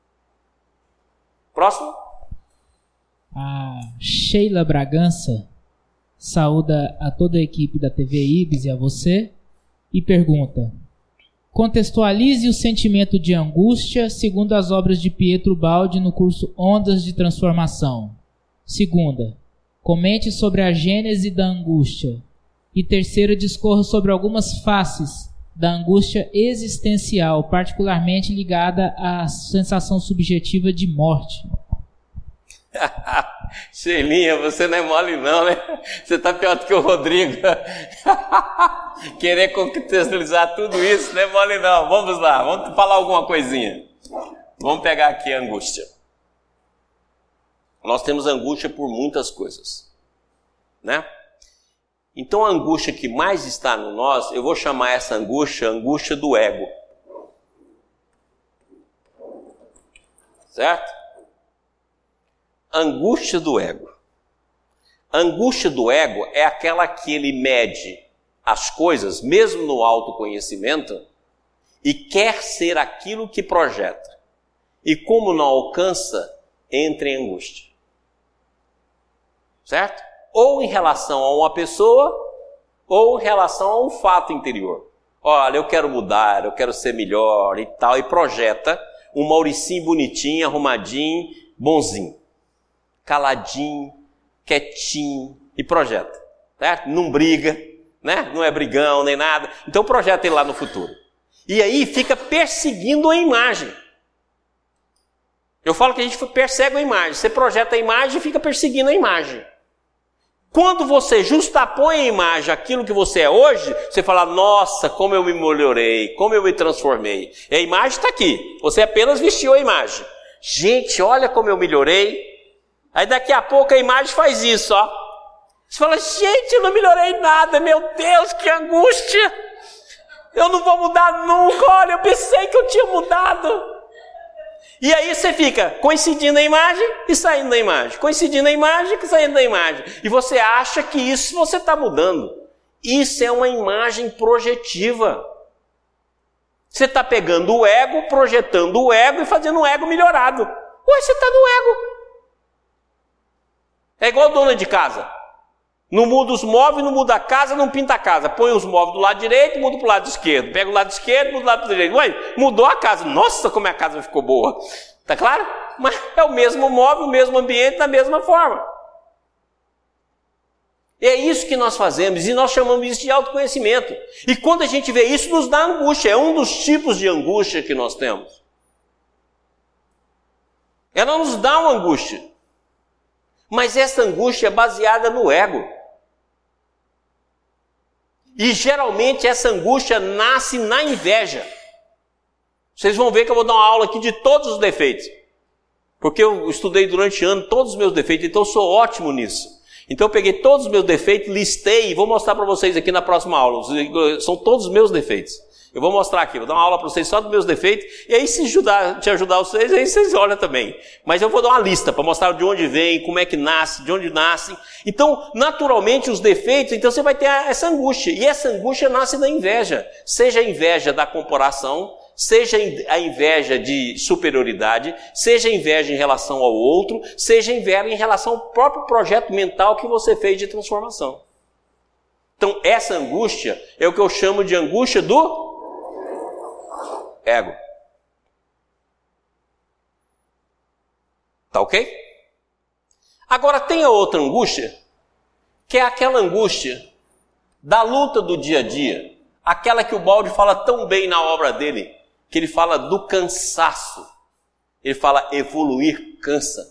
Próximo. A Sheila Bragança saúda a toda a equipe da T V Ibis e a você e pergunta: contextualize o sentimento de angústia segundo as obras de Pietro Baldi no curso Ondas de Transformação. Segunda, comente sobre a gênese da angústia. E terceira, discorra sobre algumas faces da angústia existencial, particularmente ligada à sensação subjetiva de morte. Sheilinha, você não é mole não, né? Você está pior do que o Rodrigo. Querer contextualizar tudo isso não é mole não. Vamos lá, vamos falar alguma coisinha. Vamos pegar aqui a angústia. Nós temos angústia por muitas coisas, né? Então a angústia que mais está no nós, eu vou chamar essa angústia, angústia do ego. Certo? Angústia do ego. Angústia do ego é aquela que ele mede as coisas, mesmo no autoconhecimento, e quer ser aquilo que projeta. E como não alcança, entra em angústia. Certo? Ou em relação a uma pessoa, ou em relação a um fato interior. Olha, eu quero mudar, eu quero ser melhor e tal, e projeta um Mauricinho bonitinho, arrumadinho, bonzinho. Caladinho, quietinho, e projeta, certo? Não briga, né? Não é brigão nem nada, então projeta ele lá no futuro. E aí fica perseguindo a imagem. Eu falo que a gente persegue a imagem, você projeta a imagem e fica perseguindo a imagem. Quando você justapõe a imagem aquilo que você é hoje, você fala, nossa, como eu me melhorei, como eu me transformei. E a imagem está aqui, você apenas vestiu a imagem. Gente, olha como eu melhorei. Aí daqui a pouco a imagem faz isso, ó. Você fala, gente, eu não melhorei nada, meu Deus, que angústia. Eu não vou mudar nunca, olha, eu pensei que eu tinha mudado. E aí você fica coincidindo a imagem e saindo da imagem, coincidindo a imagem e saindo da imagem. E você acha que isso você está mudando. Isso é uma imagem projetiva. Você está pegando o ego, projetando o ego e fazendo o ego melhorado. Ué, você está no ego. É igual dona de casa. Não muda os móveis, não muda a casa, não pinta a casa. Põe os móveis do lado direito, muda para o lado esquerdo. Pega o lado esquerdo, muda do lado direito. Ué, mudou a casa. Nossa, como a casa ficou boa. Tá claro? Mas é o mesmo móvel, o mesmo ambiente, da mesma forma. É isso que nós fazemos, e nós chamamos isso de autoconhecimento. E quando a gente vê isso, nos dá angústia. É um dos tipos de angústia que nós temos. Ela nos dá uma angústia. Mas essa angústia é baseada no ego. E geralmente essa angústia nasce na inveja. Vocês vão ver que eu vou dar uma aula aqui de todos os defeitos. Porque eu estudei durante anos todos os meus defeitos, então eu sou ótimo nisso. Então eu peguei todos os meus defeitos, listei e vou mostrar para vocês aqui na próxima aula. São todos os meus defeitos. Eu vou mostrar aqui, vou dar uma aula para vocês só dos meus defeitos, e aí se ajudar, te ajudar vocês, aí vocês olham também. Mas eu vou dar uma lista para mostrar de onde vem, como é que nasce, de onde nascem. Então, naturalmente, os defeitos, então você vai ter essa angústia. E essa angústia nasce da inveja. Seja a inveja da comparação, seja a inveja de superioridade, seja a inveja em relação ao outro, seja a inveja em relação ao próprio projeto mental que você fez de transformação. Então, essa angústia é o que eu chamo de angústia do ego. Tá ok? Agora tem a outra angústia, que é aquela angústia da luta do dia a dia, aquela que o Baldi fala tão bem na obra dele, que ele fala do cansaço. Ele fala evoluir cansa.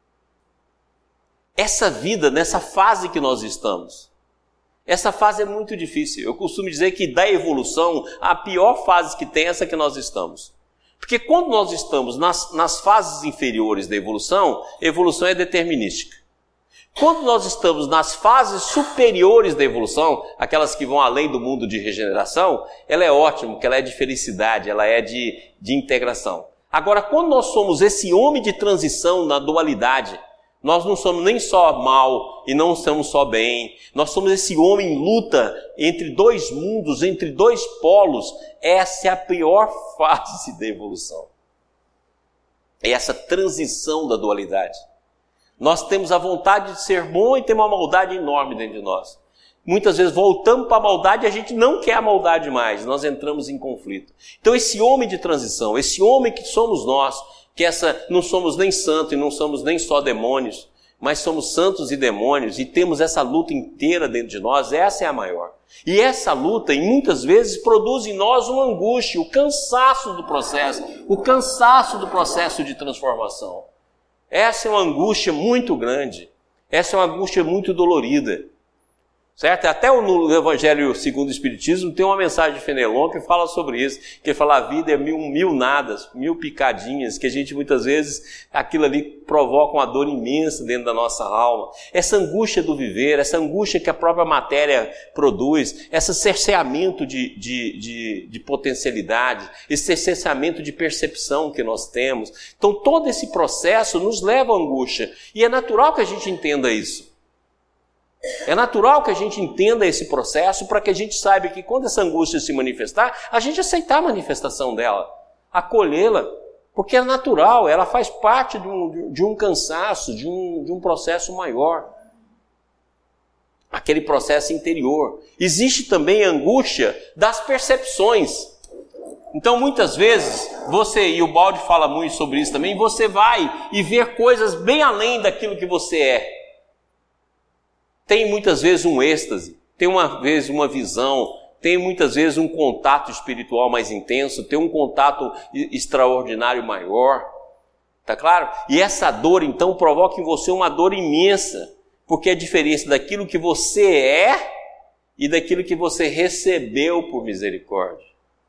Essa vida, nessa fase que nós estamos, essa fase é muito difícil. Eu costumo dizer que da evolução, a pior fase que tem é essa que nós estamos. Porque quando nós estamos nas, nas fases inferiores da evolução, a evolução é determinística. Quando nós estamos nas fases superiores da evolução, aquelas que vão além do mundo de regeneração, ela é ótima, porque ela é de felicidade, ela é de, de integração. Agora, quando nós somos esse homem de transição na dualidade, nós não somos nem só mal e não somos só bem. Nós somos esse homem em luta entre dois mundos, entre dois polos. Essa é a pior fase da evolução. É essa transição da dualidade. Nós temos a vontade de ser bom e temos uma maldade enorme dentro de nós. Muitas vezes voltamos para a maldade e a gente não quer a maldade mais. Nós entramos em conflito. Então esse homem de transição, esse homem que somos nós, que essa não somos nem santos e não somos nem só demônios, mas somos santos e demônios e temos essa luta inteira dentro de nós, essa é a maior. E essa luta, e muitas vezes, produz em nós uma angústia, o cansaço do processo, o cansaço do processo de transformação. Essa é uma angústia muito grande, essa é uma angústia muito dolorida. Certo? Até no Evangelho segundo o Espiritismo tem uma mensagem de Fenelon que fala sobre isso, que fala a vida é mil, mil nadas, mil picadinhas, que a gente muitas vezes, aquilo ali provoca uma dor imensa dentro da nossa alma. Essa angústia do viver, essa angústia que a própria matéria produz, esse cerceamento de, de, de, de potencialidade, esse cerceamento de percepção que nós temos. Então todo esse processo nos leva à angústia, e é natural que a gente entenda isso. É natural que a gente entenda esse processo para que a gente saiba que quando essa angústia se manifestar, a gente aceitar a manifestação dela, acolhê-la, porque é natural, ela faz parte de um, de um cansaço, de um, de um processo maior. Aquele processo interior. Existe também a angústia das percepções. Então muitas vezes, você, e o Baldi fala muito sobre isso também, você vai e vê coisas bem além daquilo que você é. Tem muitas vezes um êxtase, tem uma vez uma visão, tem muitas vezes um contato espiritual mais intenso, tem um contato extraordinário maior, tá claro? E essa dor então provoca em você uma dor imensa, porque é a diferença daquilo que você é e daquilo que você recebeu por misericórdia.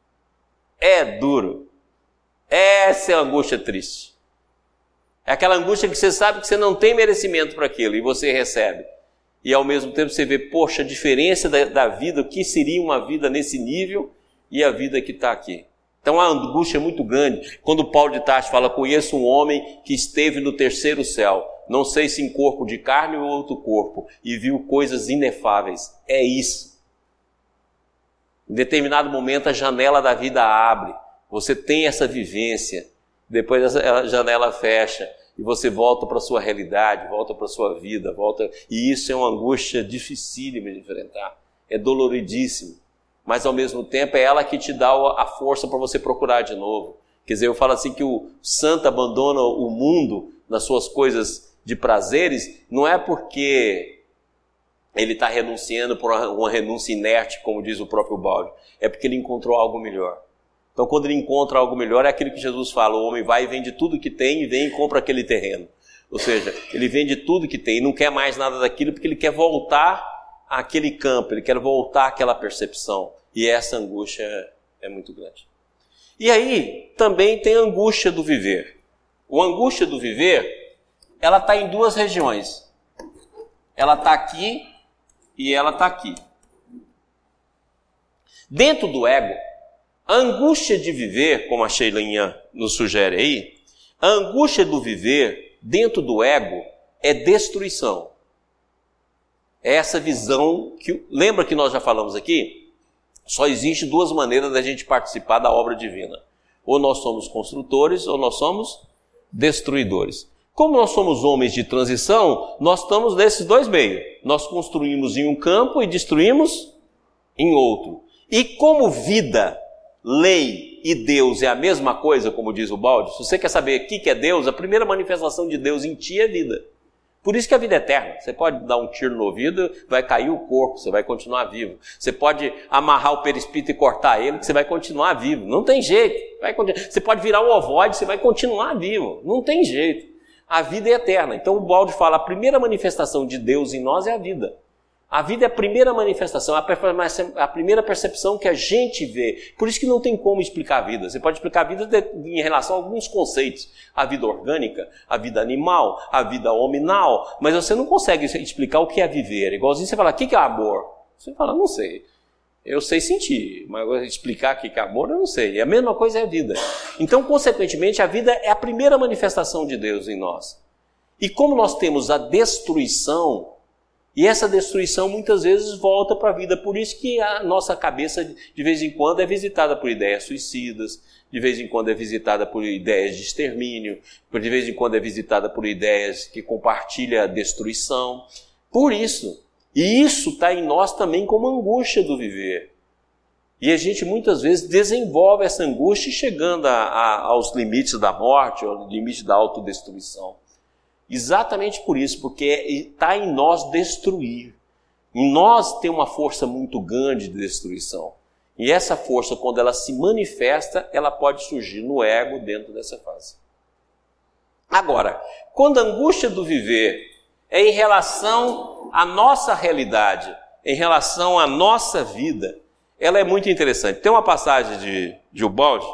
É duro, essa é a angústia triste, é aquela angústia que você sabe que você não tem merecimento para aquilo e você recebe. E ao mesmo tempo você vê, poxa, a diferença da, da vida, o que seria uma vida nesse nível e a vida que está aqui. Então a angústia é muito grande. Quando Paulo de Tarso fala, conheço um homem que esteve no terceiro céu, não sei se em corpo de carne ou outro corpo, e viu coisas inefáveis. É isso. Em determinado momento a janela da vida abre, Você tem essa vivência, depois a janela fecha e você volta para a sua realidade, volta para a sua vida, volta, e isso é uma angústia dificílima de enfrentar, é doloridíssimo, mas ao mesmo tempo é ela que te dá a força para você procurar de novo. Quer dizer, eu falo assim que o santo abandona o mundo nas suas coisas de prazeres, não é porque ele está renunciando por uma renúncia inerte, como diz o próprio Balde, é porque ele encontrou algo melhor. Então, quando ele encontra algo melhor, é aquilo que Jesus fala, o homem vai e vende tudo que tem e vem e compra aquele terreno. Ou seja, ele vende tudo que tem e não quer mais nada daquilo porque ele quer voltar àquele campo, ele quer voltar àquela percepção. E essa angústia é muito grande. E aí, também tem a angústia do viver. A angústia do viver, ela está em duas regiões. Ela está aqui e ela está aqui. Dentro do ego, a angústia de viver, como a Sheilinha nos sugere aí, a angústia do viver dentro do ego é destruição. É essa visão que, lembra que nós já falamos aqui? Só existe duas maneiras da gente participar da obra divina. Ou nós somos construtores ou nós somos destruidores. Como nós somos homens de transição, nós estamos nesses dois meios. Nós construímos em um campo e destruímos em outro. E como vida, lei e Deus é a mesma coisa, como diz o Balde, se você quer saber o que é Deus, a primeira manifestação de Deus em ti é vida. Por isso que a vida é eterna. Você pode dar um tiro no ouvido, vai cair o corpo, você vai continuar vivo. Você pode amarrar o perispírito e cortar ele, que você vai continuar vivo. Não tem jeito. Vai continuar. Você pode virar um ovoide, você vai continuar vivo. Não tem jeito. A vida é eterna. Então o Balde fala, a primeira manifestação de Deus em nós é a vida. A vida é a primeira manifestação, a primeira percepção que a gente vê. Por isso que não tem como explicar a vida. Você pode explicar a vida em relação a alguns conceitos. A vida orgânica, a vida animal, a vida hominal. Mas você não consegue explicar o que é viver. Igualzinho você fala, o que é amor? Você fala, não sei. Eu sei sentir, mas explicar o que é amor eu não sei. E a mesma coisa é a vida. Então, consequentemente, a vida é a primeira manifestação de Deus em nós. E como nós temos a destruição, e essa destruição muitas vezes volta para a vida. Por isso que a nossa cabeça de vez em quando é visitada por ideias suicidas, de vez em quando é visitada por ideias de extermínio, de vez em quando é visitada por ideias que compartilham a destruição. Por isso, e isso está em nós também como angústia do viver. E a gente muitas vezes desenvolve essa angústia chegando a, a, aos limites da morte, aos limites da autodestruição. Exatamente por isso, porque está em nós destruir. Em nós tem uma força muito grande de destruição. E essa força, quando ela se manifesta, ela pode surgir no ego dentro dessa fase. Agora, quando a angústia do viver é em relação à nossa realidade, em relação à nossa vida, ela é muito interessante. Tem uma passagem de, de Ubaldi,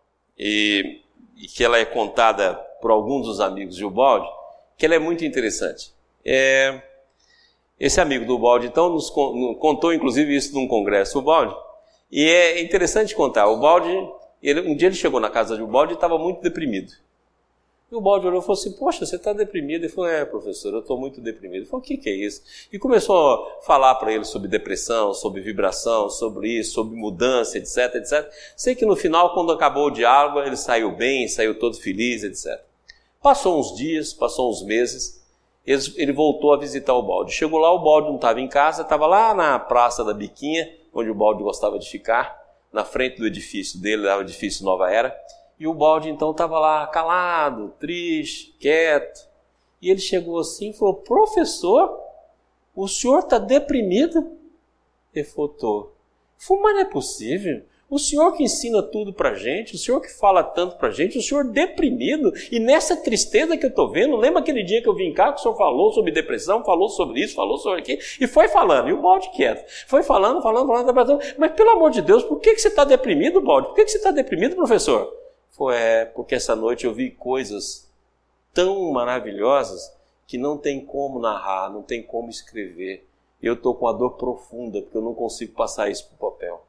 e, e que ela é contada por alguns dos amigos de Ubaldi, que ela é muito interessante. É, esse amigo do Ubaldi, então, nos contou, inclusive, isso num congresso, o Ubaldi, e é interessante contar. O Ubaldi, ele, um dia ele chegou na casa de Ubaldi e estava muito deprimido. E o Ubaldi olhou e falou assim, poxa, você está deprimido? Ele falou, é, professor, eu estou muito deprimido. Ele falou, o que, que é isso? E começou a falar para ele sobre depressão, sobre vibração, sobre isso, sobre mudança, etc, etcétera. Sei que no final, quando acabou o diálogo, ele saiu bem, saiu todo feliz, etcétera. Passou uns dias, passou uns meses, ele, ele voltou a visitar o Balde. Chegou lá, o Balde não estava em casa, estava lá na Praça da Biquinha, onde o Balde gostava de ficar, na frente do edifício dele, o edifício Nova Era, e o Balde então estava lá calado, triste, quieto, e ele chegou assim e falou, professor, o senhor está deprimido? Ele falou, tô. Falei, mas não é possível. O senhor que ensina tudo pra gente, o senhor que fala tanto pra gente, o senhor deprimido, e nessa tristeza que eu tô vendo, lembra aquele dia que eu vim cá, que o senhor falou sobre depressão, falou sobre isso, falou sobre aquilo, e foi falando, e o Balde quieto, foi falando, falando, falando, falando, mas pelo amor de Deus, por que, que você está deprimido, Balde? Por que, que você está deprimido, professor? Foi, é, porque essa noite eu vi coisas tão maravilhosas, que não tem como narrar, não tem como escrever, e eu tô com uma dor profunda, porque eu não consigo passar isso pro papel.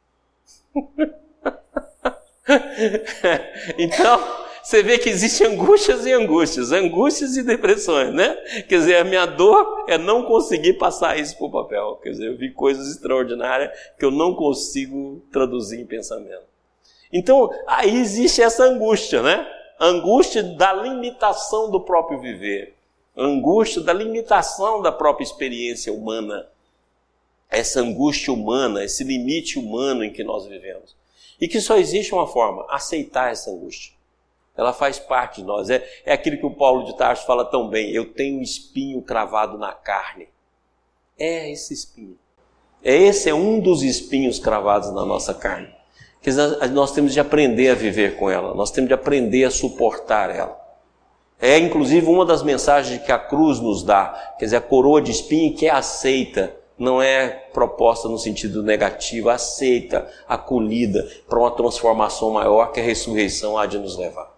Então, você vê que existem angústias e angústias, angústias e depressões, né? Quer dizer, a minha dor é não conseguir passar isso para o papel. Quer dizer, eu vi coisas extraordinárias que eu não consigo traduzir em pensamento. Então, aí existe essa angústia, né? A angústia da limitação do próprio viver. A angústia da limitação da própria experiência humana. Essa angústia humana, esse limite humano em que nós vivemos. E que só existe uma forma, aceitar essa angústia. Ela faz parte de nós. É, é aquilo que o Paulo de Tarso fala tão bem. Eu tenho um espinho cravado na carne. É esse espinho. É esse é um dos espinhos cravados na nossa carne. Que nós temos de aprender a viver com ela. Nós temos de aprender a suportar ela. É inclusive uma das mensagens que a cruz nos dá. Quer dizer, a coroa de espinho que é aceita. Não é proposta no sentido negativo. Aceita, acolhida para uma transformação maior que a ressurreição há de nos levar.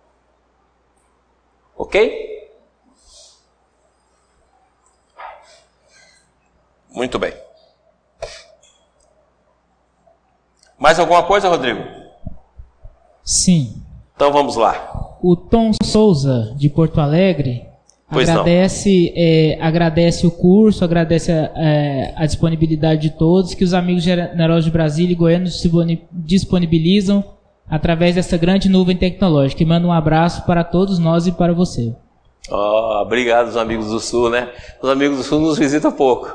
Ok? Muito bem. Mais alguma coisa, Rodrigo? Sim. Então vamos lá. O Tom Souza, de Porto Alegre, pois agradece, é, agradece o curso, agradece a, é, a disponibilidade de todos, que os amigos generosos de Brasília e Goiânia disponibilizam através dessa grande nuvem tecnológica. E manda um abraço para todos nós e para você. Oh, obrigado aos amigos do Sul, né? Os amigos do Sul nos visitam pouco.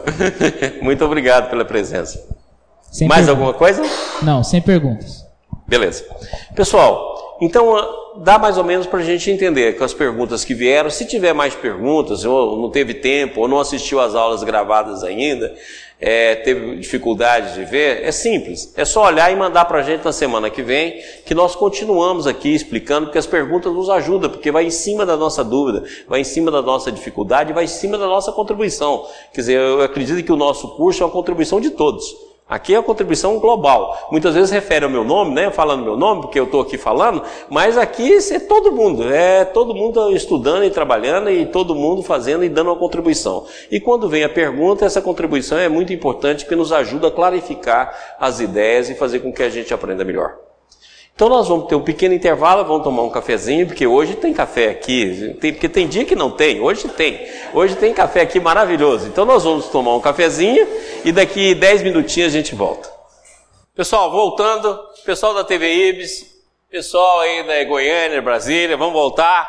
Muito obrigado pela presença. Sem Mais pergunta. alguma coisa? Não, sem perguntas. Beleza. Pessoal, então dá mais ou menos para a gente entender com as perguntas que vieram. Se tiver mais perguntas, ou não teve tempo, ou não assistiu às aulas gravadas ainda, é, teve dificuldade de ver, é simples. É só olhar e mandar para a gente na semana que vem, que nós continuamos aqui explicando, porque as perguntas nos ajudam, porque vai em cima da nossa dúvida, vai em cima da nossa dificuldade, vai em cima da nossa contribuição. Quer dizer, eu acredito que o nosso curso é uma contribuição de todos. Aqui é a contribuição global. Muitas vezes refere ao meu nome, né? Falando meu nome, porque eu estou aqui falando, mas aqui é todo mundo. É todo mundo estudando e trabalhando e todo mundo fazendo e dando uma contribuição. E quando vem a pergunta, essa contribuição é muito importante, porque nos ajuda a clarificar as ideias e fazer com que a gente aprenda melhor. Então nós vamos ter um pequeno intervalo, vamos tomar um cafezinho, porque hoje tem café aqui, tem, porque tem dia que não tem, hoje tem. Hoje tem café aqui maravilhoso. Então nós vamos tomar um cafezinho e daqui dez minutinhos a gente volta. Pessoal, voltando, pessoal da T V Ibs, pessoal aí da Goiânia, Brasília, vamos voltar.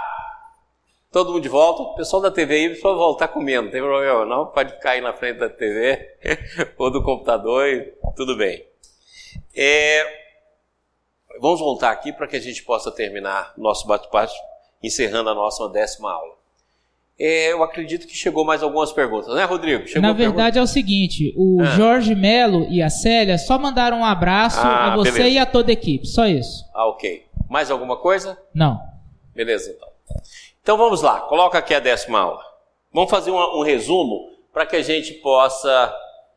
Todo mundo de volta. Pessoal da T V Ibs pode voltar comendo, não tem problema não, pode ficar aí na frente da T V ou do computador e tudo bem. É... Vamos voltar aqui para que a gente possa terminar nosso bate-papo, encerrando a nossa décima aula. É, eu acredito que chegou mais algumas perguntas, né, Rodrigo? Chegou Na verdade é o seguinte, o ah. Jorge Melo e a Célia só mandaram um abraço ah, a você beleza. E a toda a equipe, só isso. Ah, ok. Mais alguma coisa? Não. Beleza, então. Então vamos lá, coloca aqui a décima aula. Vamos fazer um, um resumo para que a gente possa...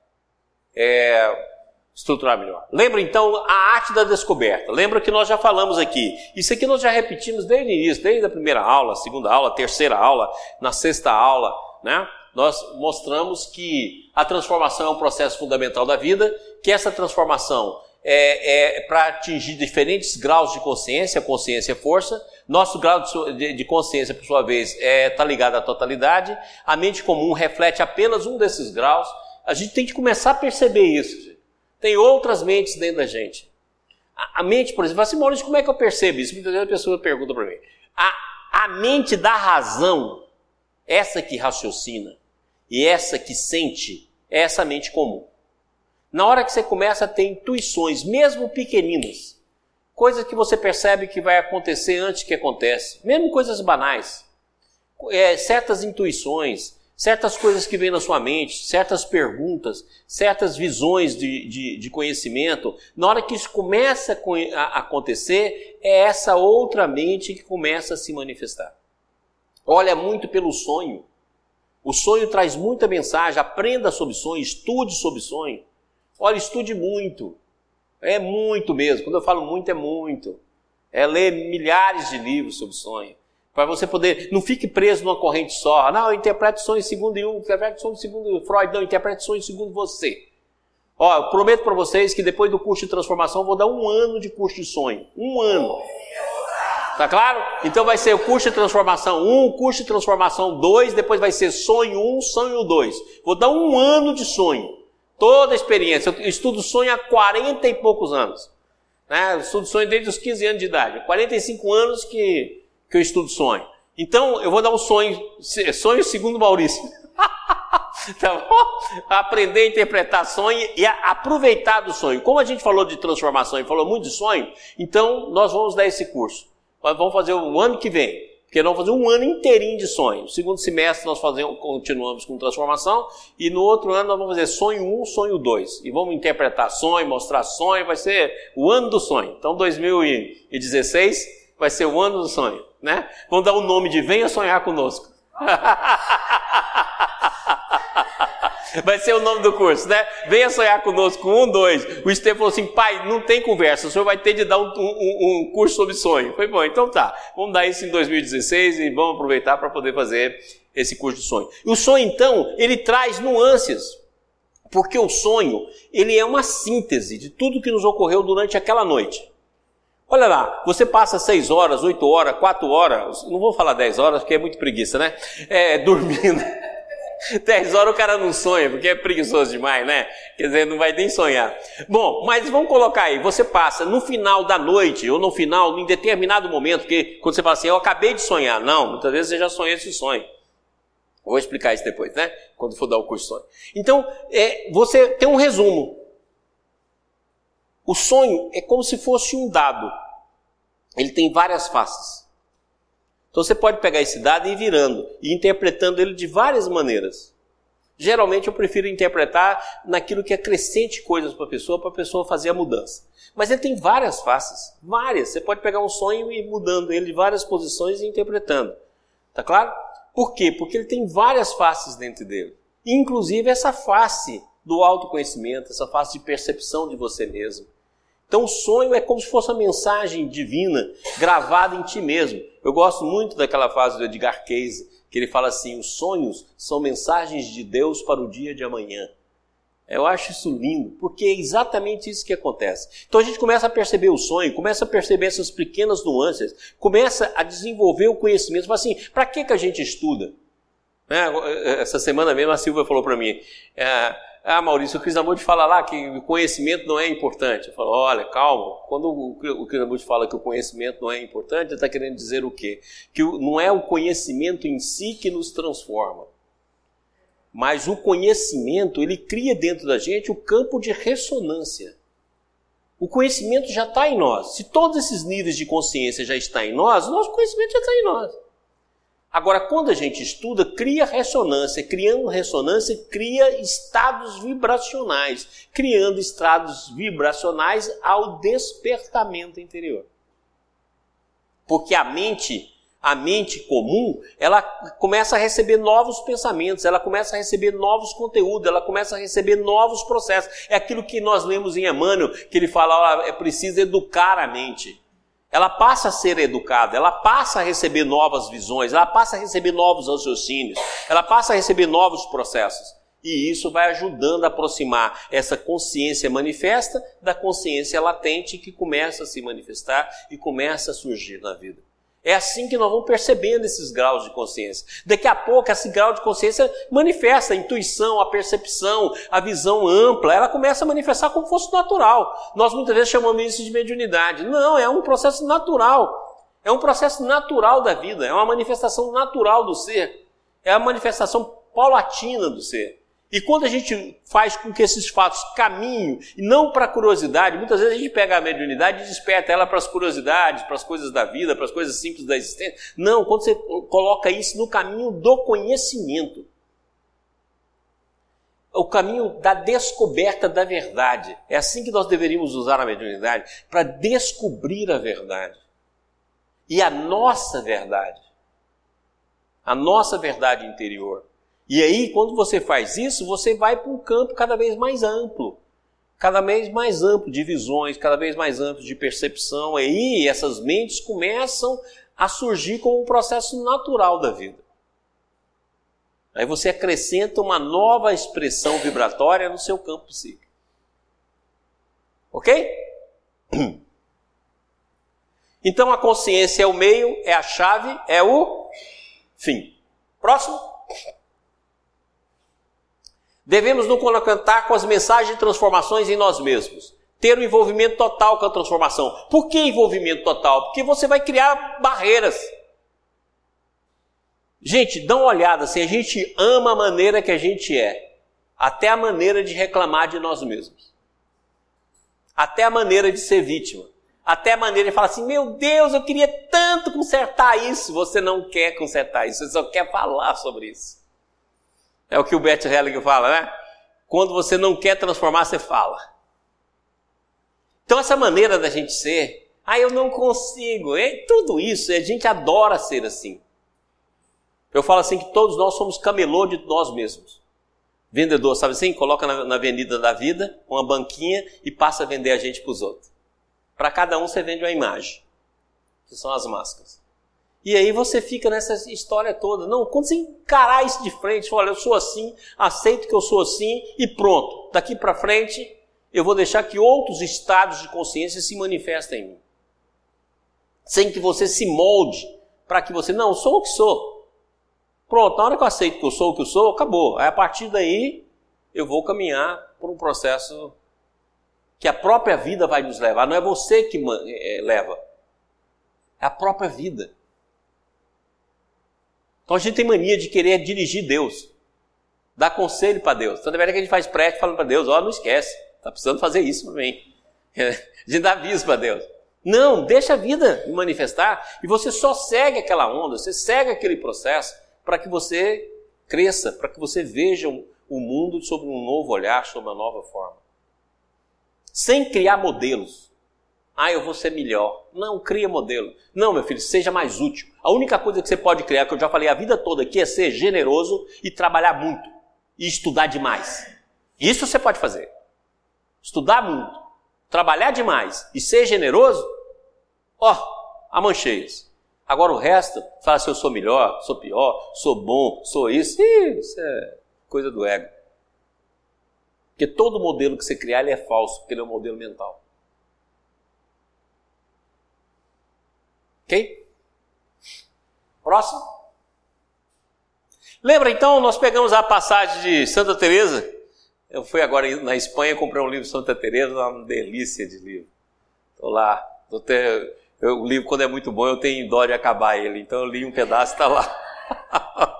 É, estruturar melhor. Lembra então a arte da descoberta. Lembra que nós já falamos aqui. Isso aqui nós já repetimos desde o início, desde a primeira aula, segunda aula, terceira aula, na sexta aula, né? Nós mostramos que a transformação é um processo fundamental da vida, que essa transformação é, é para atingir diferentes graus de consciência, consciência é força. Nosso grau de, de consciência, por sua vez, está é, tá ligado à totalidade. A mente comum reflete apenas um desses graus. A gente tem que começar a perceber isso, gente. Tem outras mentes dentro da gente. A, a mente, por exemplo, assim, Maurício, como é que eu percebo isso? Muitas vezes a pessoa pergunta para mim. A, a mente da razão, essa que raciocina e essa que sente, é essa mente comum. Na hora que você começa a ter intuições, mesmo pequeninas, coisas que você percebe que vai acontecer antes que acontece, mesmo coisas banais, é, certas intuições, certas coisas que vêm na sua mente, certas perguntas, certas visões de, de, de conhecimento, na hora que isso começa a acontecer, é essa outra mente que começa a se manifestar. Olha muito pelo sonho. O sonho traz muita mensagem, aprenda sobre sonho, estude sobre sonho. Olha, estude muito. É muito mesmo. Quando eu falo muito, é muito. É ler milhares de livros sobre sonho. Para você poder, não fique preso numa corrente só. Não, eu interpreto sonho segundo Jung, interpreto sonho segundo Freud, não, interpreto sonho segundo você. Ó, eu prometo para vocês que depois do curso de transformação eu vou dar um ano de curso de sonho. Um ano. Tá claro? Então vai ser o curso de transformação um, curso de transformação dois, depois vai ser sonho um, sonho dois. Vou dar um ano de sonho. Toda a experiência. Eu estudo sonho há quarenta e poucos anos. Né? Eu estudo sonho desde os quinze anos de idade. quarenta e cinco anos que, que eu estudo sonho. Então, eu vou dar um sonho, sonho segundo Maurício. Tá bom? Aprender a interpretar sonho e a aproveitar do sonho. Como a gente falou de transformação e falou muito de sonho, então nós vamos dar esse curso. Nós vamos fazer o ano que vem, porque nós vamos fazer um ano inteirinho de sonho. No segundo semestre nós fazemos, continuamos com transformação e no outro ano nós vamos fazer sonho um, sonho dois. E vamos interpretar sonho, mostrar sonho, vai ser o ano do sonho. Então dois mil e dezesseis vai ser o ano do sonho, né? Vamos dar o nome de Venha Sonhar Conosco. Vai ser o nome do curso, né? Venha sonhar conosco, um, dois. O Estevão falou assim, pai, não tem conversa, o senhor vai ter de dar um, um, um curso sobre sonho. Foi bom, então tá, vamos dar isso em dois mil e dezesseis e vamos aproveitar para poder fazer esse curso de sonho. E o sonho, então, ele traz nuances, porque o sonho, ele é uma síntese de tudo que nos ocorreu durante aquela noite. Olha lá, você passa seis horas, oito horas, quatro horas, não vou falar dez horas, porque é muito preguiça, né? É, dormindo. dez horas o cara não sonha, porque é preguiçoso demais, né? Quer dizer, não vai nem sonhar. Bom, mas vamos colocar aí, você passa no final da noite, ou no final, em determinado momento, porque quando você fala assim, eu acabei de sonhar. Não, muitas vezes você já sonhou esse sonho. Vou explicar isso depois, né? Quando for dar o curso de sonho. Então, é, você tem um resumo. O sonho é como se fosse um dado. Ele tem várias faces. Então você pode pegar esse dado e ir virando, e interpretando ele de várias maneiras. Geralmente eu prefiro interpretar naquilo que acrescente coisas para a pessoa, para a pessoa fazer a mudança. Mas ele tem várias faces, várias. Você pode pegar um sonho e ir mudando ele de várias posições e interpretando. Tá claro? Por quê? Porque ele tem várias faces dentro dele. Inclusive essa face do autoconhecimento, essa face de percepção de você mesmo. Então o sonho é como se fosse uma mensagem divina gravada em ti mesmo. Eu gosto muito daquela frase do Edgar Cayce, que ele fala assim, os sonhos são mensagens de Deus para o dia de amanhã. Eu acho isso lindo, porque é exatamente isso que acontece. Então a gente começa a perceber o sonho, começa a perceber essas pequenas nuances, começa a desenvolver o conhecimento. Fala assim, para que, que a gente estuda? É, essa semana mesmo a Silvia falou para mim, é, ah Maurício, o Krishnamurti fala lá que o conhecimento não é importante. Eu falo, olha, calma, quando o Krishnamurti fala que o conhecimento não é importante, ele está querendo dizer o quê? Que não é o conhecimento em si que nos transforma, mas o conhecimento, ele cria dentro da gente o campo de ressonância. O conhecimento já está em nós. Se todos esses níveis de consciência já estão em nós, o nosso conhecimento já está em nós. Agora, quando a gente estuda, cria ressonância. Criando ressonância, cria estados vibracionais. Criando estados vibracionais ao despertamento interior. Porque a mente, a mente comum, ela começa a receber novos pensamentos, ela começa a receber novos conteúdos, ela começa a receber novos processos. É aquilo que nós lemos em Emmanuel, que ele fala, ó, é preciso educar a mente. Ela passa a ser educada, ela passa a receber novas visões, ela passa a receber novos raciocínios, ela passa a receber novos processos. E isso vai ajudando a aproximar essa consciência manifesta da consciência latente que começa a se manifestar e começa a surgir na vida. É assim que nós vamos percebendo esses graus de consciência. Daqui a pouco esse grau de consciência manifesta a intuição, a percepção, a visão ampla. Ela começa a manifestar como fosse natural. Nós muitas vezes chamamos isso de mediunidade. Não, é um processo natural. É um processo natural da vida. É uma manifestação natural do ser. É a manifestação paulatina do ser. E quando a gente faz com que esses fatos caminhem, e não para a curiosidade, muitas vezes a gente pega a mediunidade e desperta ela para as curiosidades, para as coisas da vida, para as coisas simples da existência. Não, quando você coloca isso no caminho do conhecimento, o caminho da descoberta da verdade. É assim que nós deveríamos usar a mediunidade, para descobrir a verdade. E a nossa verdade, a nossa verdade interior. E aí, quando você faz isso, você vai para um campo cada vez mais amplo. Cada vez mais amplo de visões, cada vez mais amplo de percepção. E aí, essas mentes começam a surgir como um processo natural da vida. Aí você acrescenta uma nova expressão vibratória no seu campo psíquico. Ok? Então, a consciência é o meio, é a chave, é o fim. Próximo. Devemos nos contentar com as mensagens de transformações em nós mesmos. ter um envolvimento total com a transformação. Por que envolvimento total? Porque você vai criar barreiras. Gente, dá uma olhada, se a gente ama a maneira que a gente é, até a maneira de reclamar de nós mesmos, até a maneira de ser vítima, até a maneira de falar assim, meu Deus, eu queria tanto consertar isso. Você não quer consertar isso, você só quer falar sobre isso. É o que o Bert Hellinger fala, né? Quando você não quer transformar, você fala. Então essa maneira da gente ser, ah, eu não consigo, é tudo isso, a gente adora ser assim. Eu falo assim que todos nós somos camelô de nós mesmos. Vendedor, sabe assim? Coloca na, na avenida da vida, uma banquinha e passa a vender a gente para os outros. Para cada um você vende uma imagem, que são as máscaras. E aí você fica nessa história toda. Não, quando você encarar isso de frente, olha, eu sou assim, aceito que eu sou assim e pronto. Daqui para frente, eu vou deixar que outros estados de consciência se manifestem em mim. Sem que você se molde para que você, não, eu sou o que sou. Pronto, na hora que eu aceito que eu sou o que eu sou, acabou. Aí a partir daí, eu vou caminhar por um processo que a própria vida vai nos levar. Não é você que é, leva, é a própria vida. Então a gente tem mania de querer dirigir Deus, dar conselho para Deus. Então, na verdade, que a gente faz prece falando para Deus, ó, oh, não esquece, está precisando fazer isso para mim. A gente dá aviso para Deus. Não, deixa a vida me manifestar e você só segue aquela onda, você segue aquele processo para que você cresça, para que você veja o mundo sob um novo olhar, sob uma nova forma. Sem criar modelos. Ah, eu vou ser melhor. Não, cria modelo. Não, meu filho, seja mais útil. A única coisa que você pode criar, que eu já falei a vida toda aqui, é ser generoso e trabalhar muito. E estudar demais. Isso você pode fazer. Estudar muito, trabalhar demais e ser generoso, ó, a mão cheias. Agora o resto, fala se eu sou melhor, sou pior, sou bom, sou isso. Ih, isso é coisa do ego. Porque todo modelo que você criar, ele é falso, porque ele é um modelo mental. Ok? Próximo. Lembra então, nós pegamos a passagem de Santa Teresa. Eu fui agora na Espanha e comprei um livro de Santa Teresa, uma delícia de livro. Estou lá, tô até... Eu, o livro, quando é muito bom, eu tenho dó de acabar ele. Então eu li um pedaço e está lá.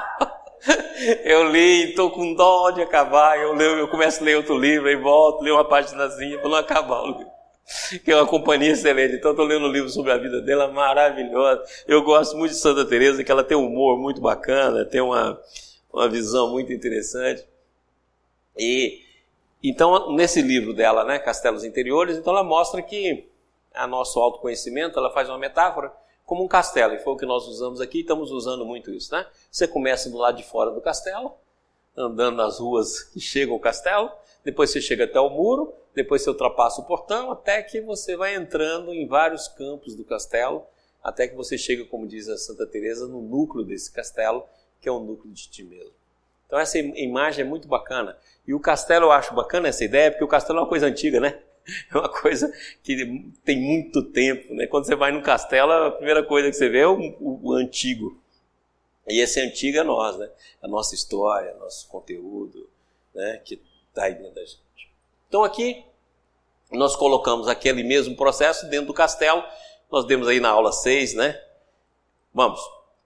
Eu li, estou com dó de acabar. Eu, leio, eu começo a ler outro livro, aí volto, leio uma paginazinha para não acabar o livro. Que é uma companhia excelente. Então estou lendo um livro sobre a vida dela, maravilhosa. Eu gosto muito de Santa Teresa, que ela tem um humor muito bacana, tem uma, uma visão muito interessante. E então, nesse livro dela, né, Castelos Interiores, então ela mostra que a nosso autoconhecimento, ela faz uma metáfora como um castelo, e foi o que nós usamos aqui, estamos usando muito isso, né? Você começa do lado de fora do castelo, andando nas ruas que chegam ao castelo, depois você chega até o muro, depois você ultrapassa o portão, até que você vai entrando em vários campos do castelo, até que você chega, como diz a Santa Teresa, no núcleo desse castelo, que é o núcleo de ti mesmo. Então essa imagem é muito bacana. E o castelo, eu acho bacana essa ideia, porque o castelo é uma coisa antiga, né? É uma coisa que tem muito tempo, né? Quando você vai no castelo, a primeira coisa que você vê é o, o, o antigo. E esse antigo é nós, né? A nossa história, nosso conteúdo, né? Que está aí dentro da gente. Então aqui, nós colocamos aquele mesmo processo dentro do castelo. Nós demos aí na aula seis, né? Vamos.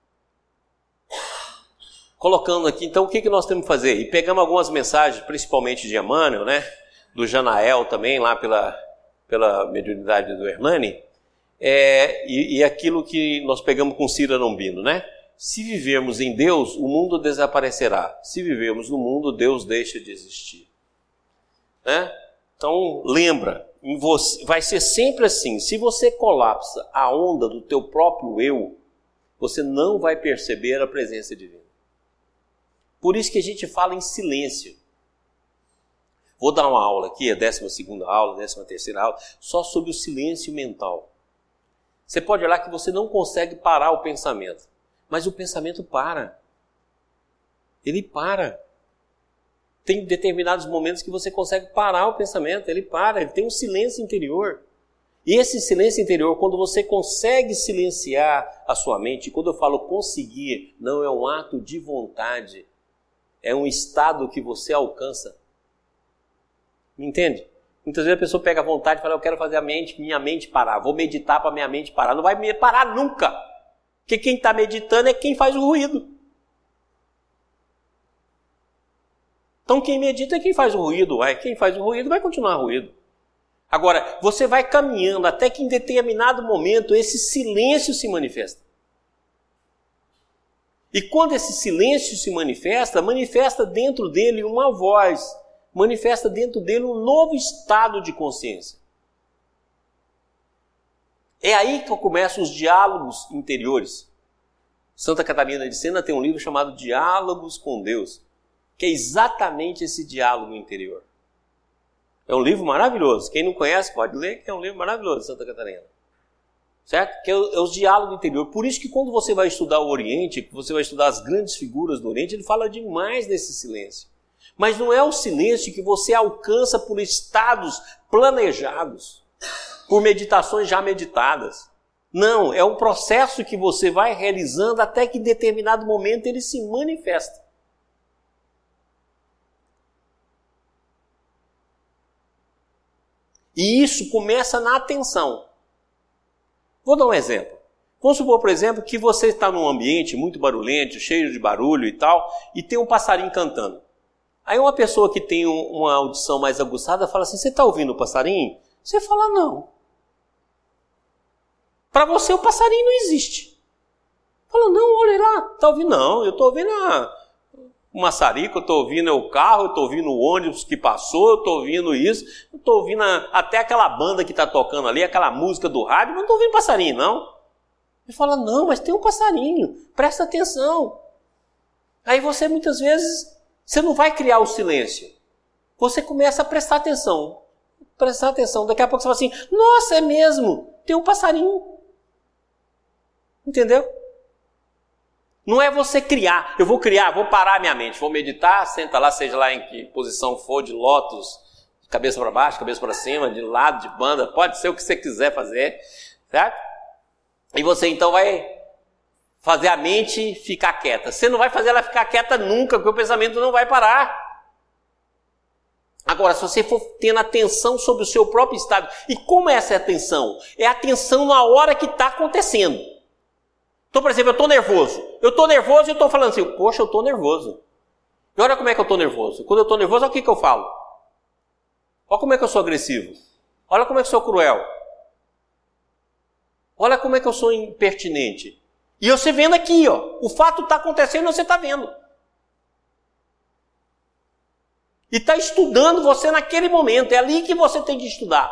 Colocando aqui, então, o que, que nós temos que fazer? E pegamos algumas mensagens, principalmente de Emmanuel, né? Do Janael também, lá pela, pela mediunidade do Hernani, é, e, e aquilo que nós pegamos com Cira Lombino, né? Se vivermos em Deus, o mundo desaparecerá. Se vivermos no mundo, Deus deixa de existir. Né? Então, lembra, em você, vai ser sempre assim. Se você colapsa a onda do teu próprio eu, você não vai perceber a presença divina. Por isso que a gente fala em silêncio. Vou dar uma aula aqui, a décima segunda aula, a décima terceira aula, só sobre o silêncio mental. Você pode olhar que você não consegue parar o pensamento, mas o pensamento para. Ele para. Tem determinados momentos que você consegue parar o pensamento, ele para, ele tem um silêncio interior. E esse silêncio interior, quando você consegue silenciar a sua mente, quando eu falo conseguir, não é um ato de vontade, é um estado que você alcança. Me entende? Muitas vezes a pessoa pega a vontade e fala, eu quero fazer a mente, minha mente parar, vou meditar para minha mente parar. Não vai parar nunca. Porque quem está meditando é quem faz o ruído. Então quem medita é quem faz o ruído. Vai. Quem faz o ruído vai continuar ruído. Agora, você vai caminhando até que em determinado momento esse silêncio se manifesta. E quando esse silêncio se manifesta, manifesta dentro dele uma voz, manifesta dentro dele um novo estado de consciência. É aí que começam os diálogos interiores. Santa Catarina de Sena tem um livro chamado Diálogos com Deus, que é exatamente esse diálogo interior. É um livro maravilhoso. Quem não conhece pode ler, que é um livro maravilhoso de Santa Catarina. Certo? Que é, o, é os diálogos interior. Por isso que quando você vai estudar o Oriente, você vai estudar as grandes figuras do Oriente, ele fala demais desse silêncio. Mas não é o silêncio que você alcança por estados planejados, por meditações já meditadas. Não, é um processo que você vai realizando até que em determinado momento ele se manifesta. E isso começa na atenção. Vou dar um exemplo. Vamos supor, por exemplo, que você está num ambiente muito barulhento, cheio de barulho e tal, e tem um passarinho cantando. Aí uma pessoa que tem uma audição mais aguçada fala assim, você está ouvindo o passarinho? Você fala, não. Para você o passarinho não existe. Fala, não, olha lá, está ouvindo? Não, eu estou ouvindo a, o maçarico, eu estou ouvindo o carro, eu estou ouvindo o ônibus que passou, eu estou ouvindo isso, eu estou ouvindo a, até aquela banda que está tocando ali, aquela música do rádio, mas não estou ouvindo passarinho, não. Ele fala, não, mas tem um passarinho, presta atenção. Aí você muitas vezes... Você não vai criar o silêncio. Você começa a prestar atenção. Prestar atenção. Daqui a pouco você fala assim, nossa, é mesmo, tem um passarinho. Entendeu? Não é você criar. Eu vou criar, vou parar minha mente, vou meditar, senta lá, seja lá em que posição for, de lótus, cabeça para baixo, cabeça para cima, de lado, de banda, pode ser o que você quiser fazer. Certo? E você então vai... fazer a mente ficar quieta. Você não vai fazer ela ficar quieta nunca, porque o pensamento não vai parar. Agora, se você for tendo atenção sobre o seu próprio estado, e como é essa atenção? É a atenção na hora que está acontecendo. Então, por exemplo, eu estou nervoso. Eu estou nervoso e eu estou falando assim, poxa, eu estou nervoso. E olha como é que eu estou nervoso. Quando eu estou nervoso, olha o que, que eu falo. Olha como é que eu sou agressivo. Olha como é que eu sou cruel. Olha como é que eu sou impertinente. E você vendo aqui, ó, o fato está acontecendo e você está vendo. E está estudando você naquele momento. É ali que você tem que estudar.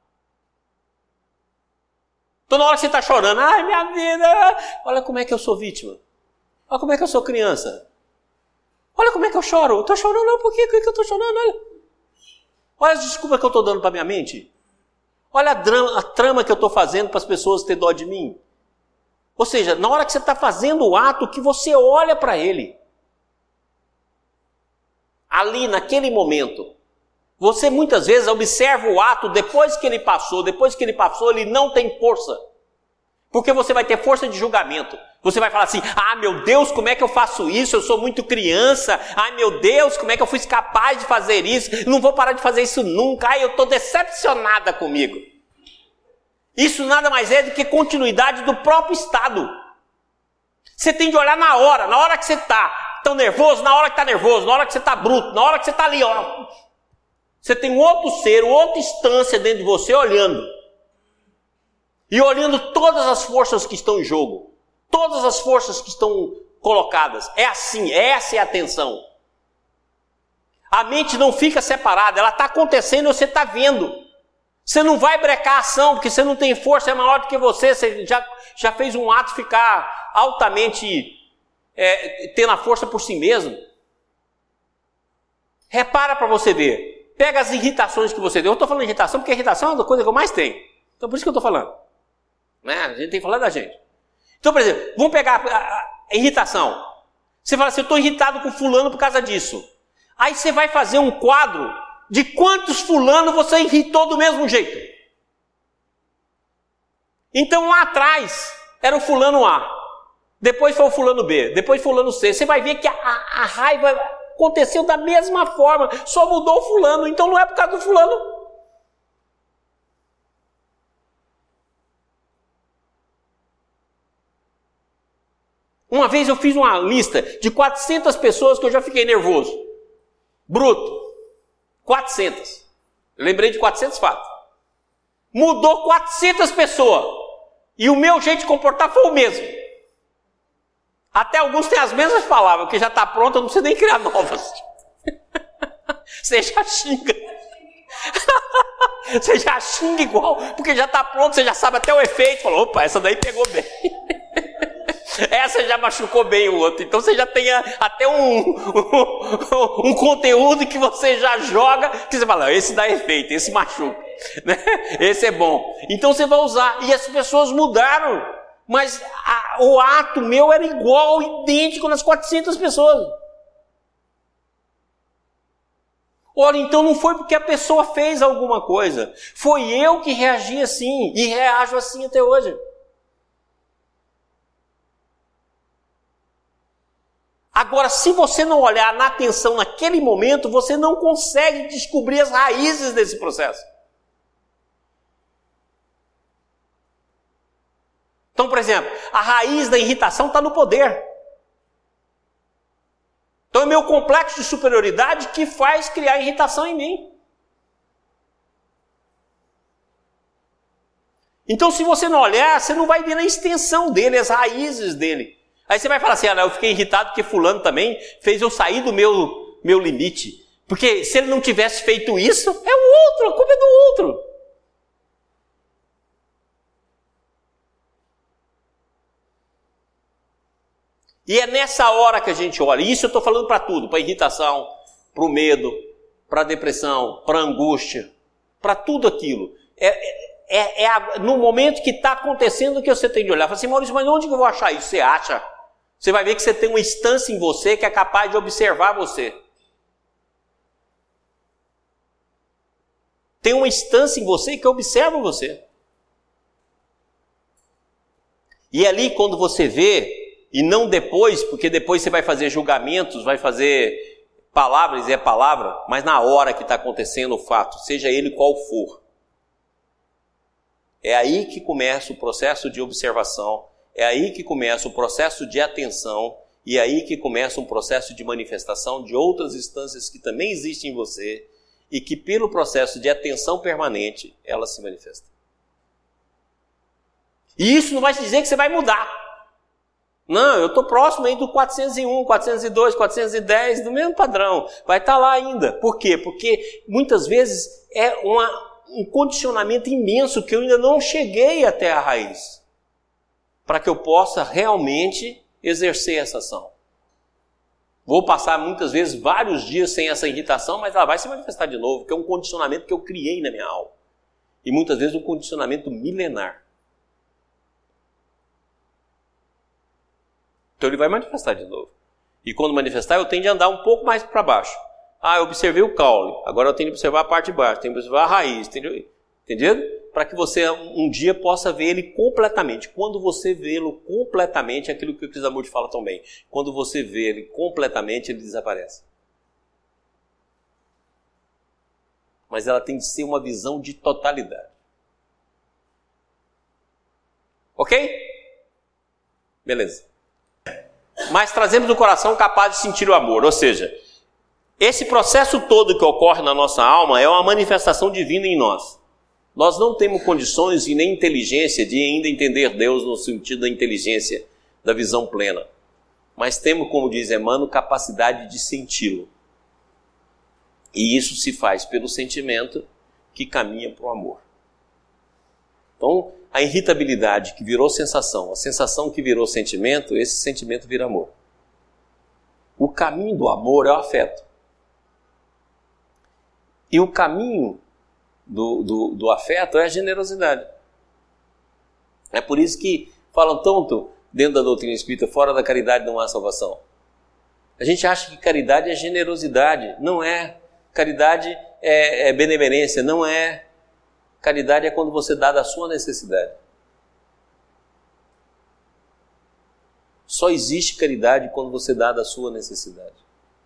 Então na hora que você está chorando, ai minha vida, olha como é que eu sou vítima. Olha como é que eu sou criança. Olha como é que eu choro. Eu estou chorando, não, por que, que eu estou chorando? Olha. Olha as desculpas que eu estou dando para minha mente. Olha a, drama, a trama que eu estou fazendo para as pessoas terem dó de mim. Ou seja, na hora que você está fazendo o ato, que você olha para ele. Ali, naquele momento. Você muitas vezes observa o ato depois que ele passou. Depois que ele passou, ele não tem força. Porque você vai ter força de julgamento. Você vai falar assim, ah, meu Deus, como é que eu faço isso? Eu sou muito criança. Ai, meu Deus, como é que eu fui capaz de fazer isso? Não vou parar de fazer isso nunca. Ai, eu estou decepcionada comigo. Isso nada mais é do que continuidade do próprio estado. Você tem de olhar na hora, na hora que você está tão nervoso, na hora que está nervoso, na hora que você está bruto, na hora que você está ali, ó. Você tem um outro ser, outra instância dentro de você olhando. E olhando todas as forças que estão em jogo. Todas as forças que estão colocadas. É assim, essa é a atenção. A mente não fica separada, ela está acontecendo e você está vendo. Você não vai brecar a ação, porque você não tem força, é maior do que você, você já, já fez um ato ficar altamente é, tendo a força por si mesmo. Repara para você ver. Pega as irritações que você deu. Eu estou falando de irritação porque a irritação é uma coisa que eu mais tenho. Então por isso que eu estou falando. Né? A gente tem que falar da gente. Então, por exemplo, vamos pegar a, a, a irritação. Você fala assim, eu estou irritado com fulano por causa disso. Aí você vai fazer um quadro de quantos fulanos você irritou do mesmo jeito. Então lá atrás era o fulano A. Depois foi o fulano B. Depois fulano C. Você vai ver que a, a, a raiva aconteceu da mesma forma. Só mudou o fulano. Então não é por causa do fulano. Uma vez eu fiz uma lista de quatrocentas pessoas que eu já fiquei nervoso. Bruto. quatrocentas. Eu lembrei de quatrocentos fatos. Mudou quatrocentas pessoas. E o meu jeito de comportar foi o mesmo. Até alguns têm as mesmas palavras, que já está pronto, eu não preciso nem criar novas. Você já xinga. Você já xinga igual, porque já está pronto, você já sabe até o efeito. Falou, opa, essa daí pegou bem. Essa já machucou bem o outro. Então você já tem até um, um, um conteúdo que você já joga, que você fala, esse dá efeito, esse machuca, né? Esse é bom. Então você vai usar. E as pessoas mudaram, mas a, o ato meu era igual, idêntico nas quatrocentas pessoas. Olha, então não foi porque a pessoa fez alguma coisa. Foi eu que reagi assim e reajo assim até hoje. Agora, se você não olhar na atenção naquele momento, você não consegue descobrir as raízes desse processo. Então, por exemplo, a raiz da irritação está no poder. Então é meu complexo de superioridade que faz criar irritação em mim. Então, se você não olhar, você não vai ver na extensão dele, as raízes dele. Aí você vai falar assim, ah, eu fiquei irritado porque fulano também fez eu sair do meu, meu limite. Porque se ele não tivesse feito isso, é o outro, a culpa é do outro. E é nessa hora que a gente olha. Isso eu estou falando para tudo, para irritação, para o medo, para a depressão, para a angústia, para tudo aquilo. É, é, é a, no momento que está acontecendo que você tem de olhar. Fala assim, Maurício, mas onde que eu vou achar isso? Você acha? Você vai ver que você tem uma instância em você que é capaz de observar você. Tem uma instância em você que observa você. E ali quando você vê, e não depois, porque depois você vai fazer julgamentos, vai fazer palavras e é palavra, mas na hora que está acontecendo o fato, seja ele qual for. É aí que começa o processo de observação, é aí que começa o processo de atenção, e é aí que começa um processo de manifestação de outras instâncias que também existem em você, e que pelo processo de atenção permanente, ela se manifesta. E isso não vai dizer que você vai mudar. Não, eu estou próximo aí do quatrocentos e um, quatrocentos e dois, quatrocentos e dez, do mesmo padrão. Vai estar lá ainda. Por quê? Porque muitas vezes é uma, um condicionamento imenso que eu ainda não cheguei até a raiz. Para que eu possa realmente exercer essa ação. Vou passar muitas vezes vários dias sem essa irritação, mas ela vai se manifestar de novo, porque é um condicionamento que eu criei na minha alma. E muitas vezes um condicionamento milenar. Então ele vai manifestar de novo. E quando manifestar, eu tenho de andar um pouco mais para baixo. Ah, eu observei o caule. Agora eu tenho de observar a parte de baixo. Tenho de observar a raiz. Entendeu? Entendido? Para que você um dia possa ver ele completamente. Quando você vê-lo completamente, é aquilo que o Crisamurti fala tão bem. Quando você vê ele completamente, ele desaparece. Mas ela tem de ser uma visão de totalidade. Ok? Beleza. Mas trazemos um coração capaz de sentir o amor. Ou seja, esse processo todo que ocorre na nossa alma é uma manifestação divina em nós. Nós não temos condições e nem inteligência de ainda entender Deus no sentido da inteligência, da visão plena. Mas temos, como diz Emmanuel, capacidade de senti-lo. E isso se faz pelo sentimento que caminha para o amor. Então, a irritabilidade que virou sensação, a sensação que virou sentimento, esse sentimento vira amor. O caminho do amor é o afeto. E o caminho do, do, do afeto é a generosidade. É por isso que falam tanto dentro da doutrina espírita, fora da caridade não há salvação. A gente acha que caridade é generosidade. Não é. Caridade é, é benevolência. Não é. Caridade é quando você dá da sua necessidade. Só existe caridade quando você dá da sua necessidade.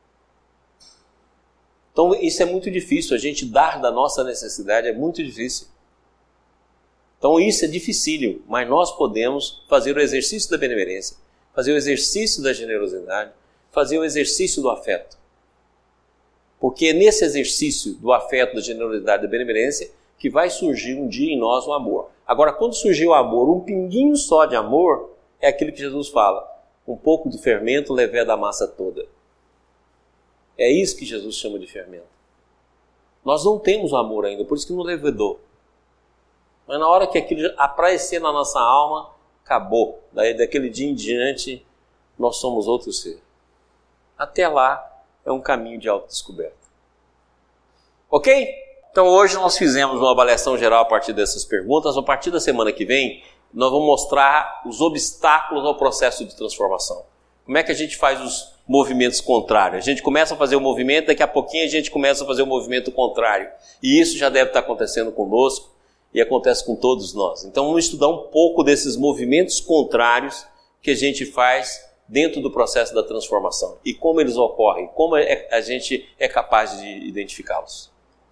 Então isso é muito difícil, a gente dar da nossa necessidade é muito difícil. Então isso é dificílimo, mas nós podemos fazer o exercício da benevolência, fazer o exercício da generosidade, fazer o exercício do afeto. Porque é nesse exercício do afeto, da generosidade, da benevolência, que vai surgir um dia em nós o amor. Agora, quando surgir o amor, um pinguinho só de amor, é aquilo que Jesus fala, um pouco de fermento leveda a massa toda. É isso que Jesus chama de fermento. Nós não temos o amor ainda, por isso que não levedou. Mas na hora que aquilo aparecer na nossa alma, acabou. Daí, daquele dia em diante, nós somos outro ser. Até lá, é um caminho de autodescoberta. Ok? Então hoje nós fizemos uma avaliação geral a partir dessas perguntas. A partir da semana que vem, nós vamos mostrar os obstáculos ao processo de transformação. Como é que a gente faz os movimentos contrários? A gente começa a fazer o movimento, daqui a pouquinho a gente começa a fazer o movimento contrário. E isso já deve estar acontecendo conosco e acontece com todos nós. Então vamos estudar um pouco desses movimentos contrários que a gente faz dentro do processo da transformação. E como eles ocorrem, como a gente é capaz de identificá-los.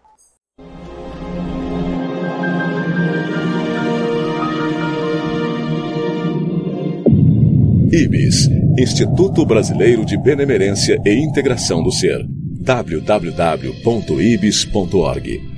I B S, Instituto Brasileiro de Benemerência e Integração do Ser. w w w ponto i b s ponto org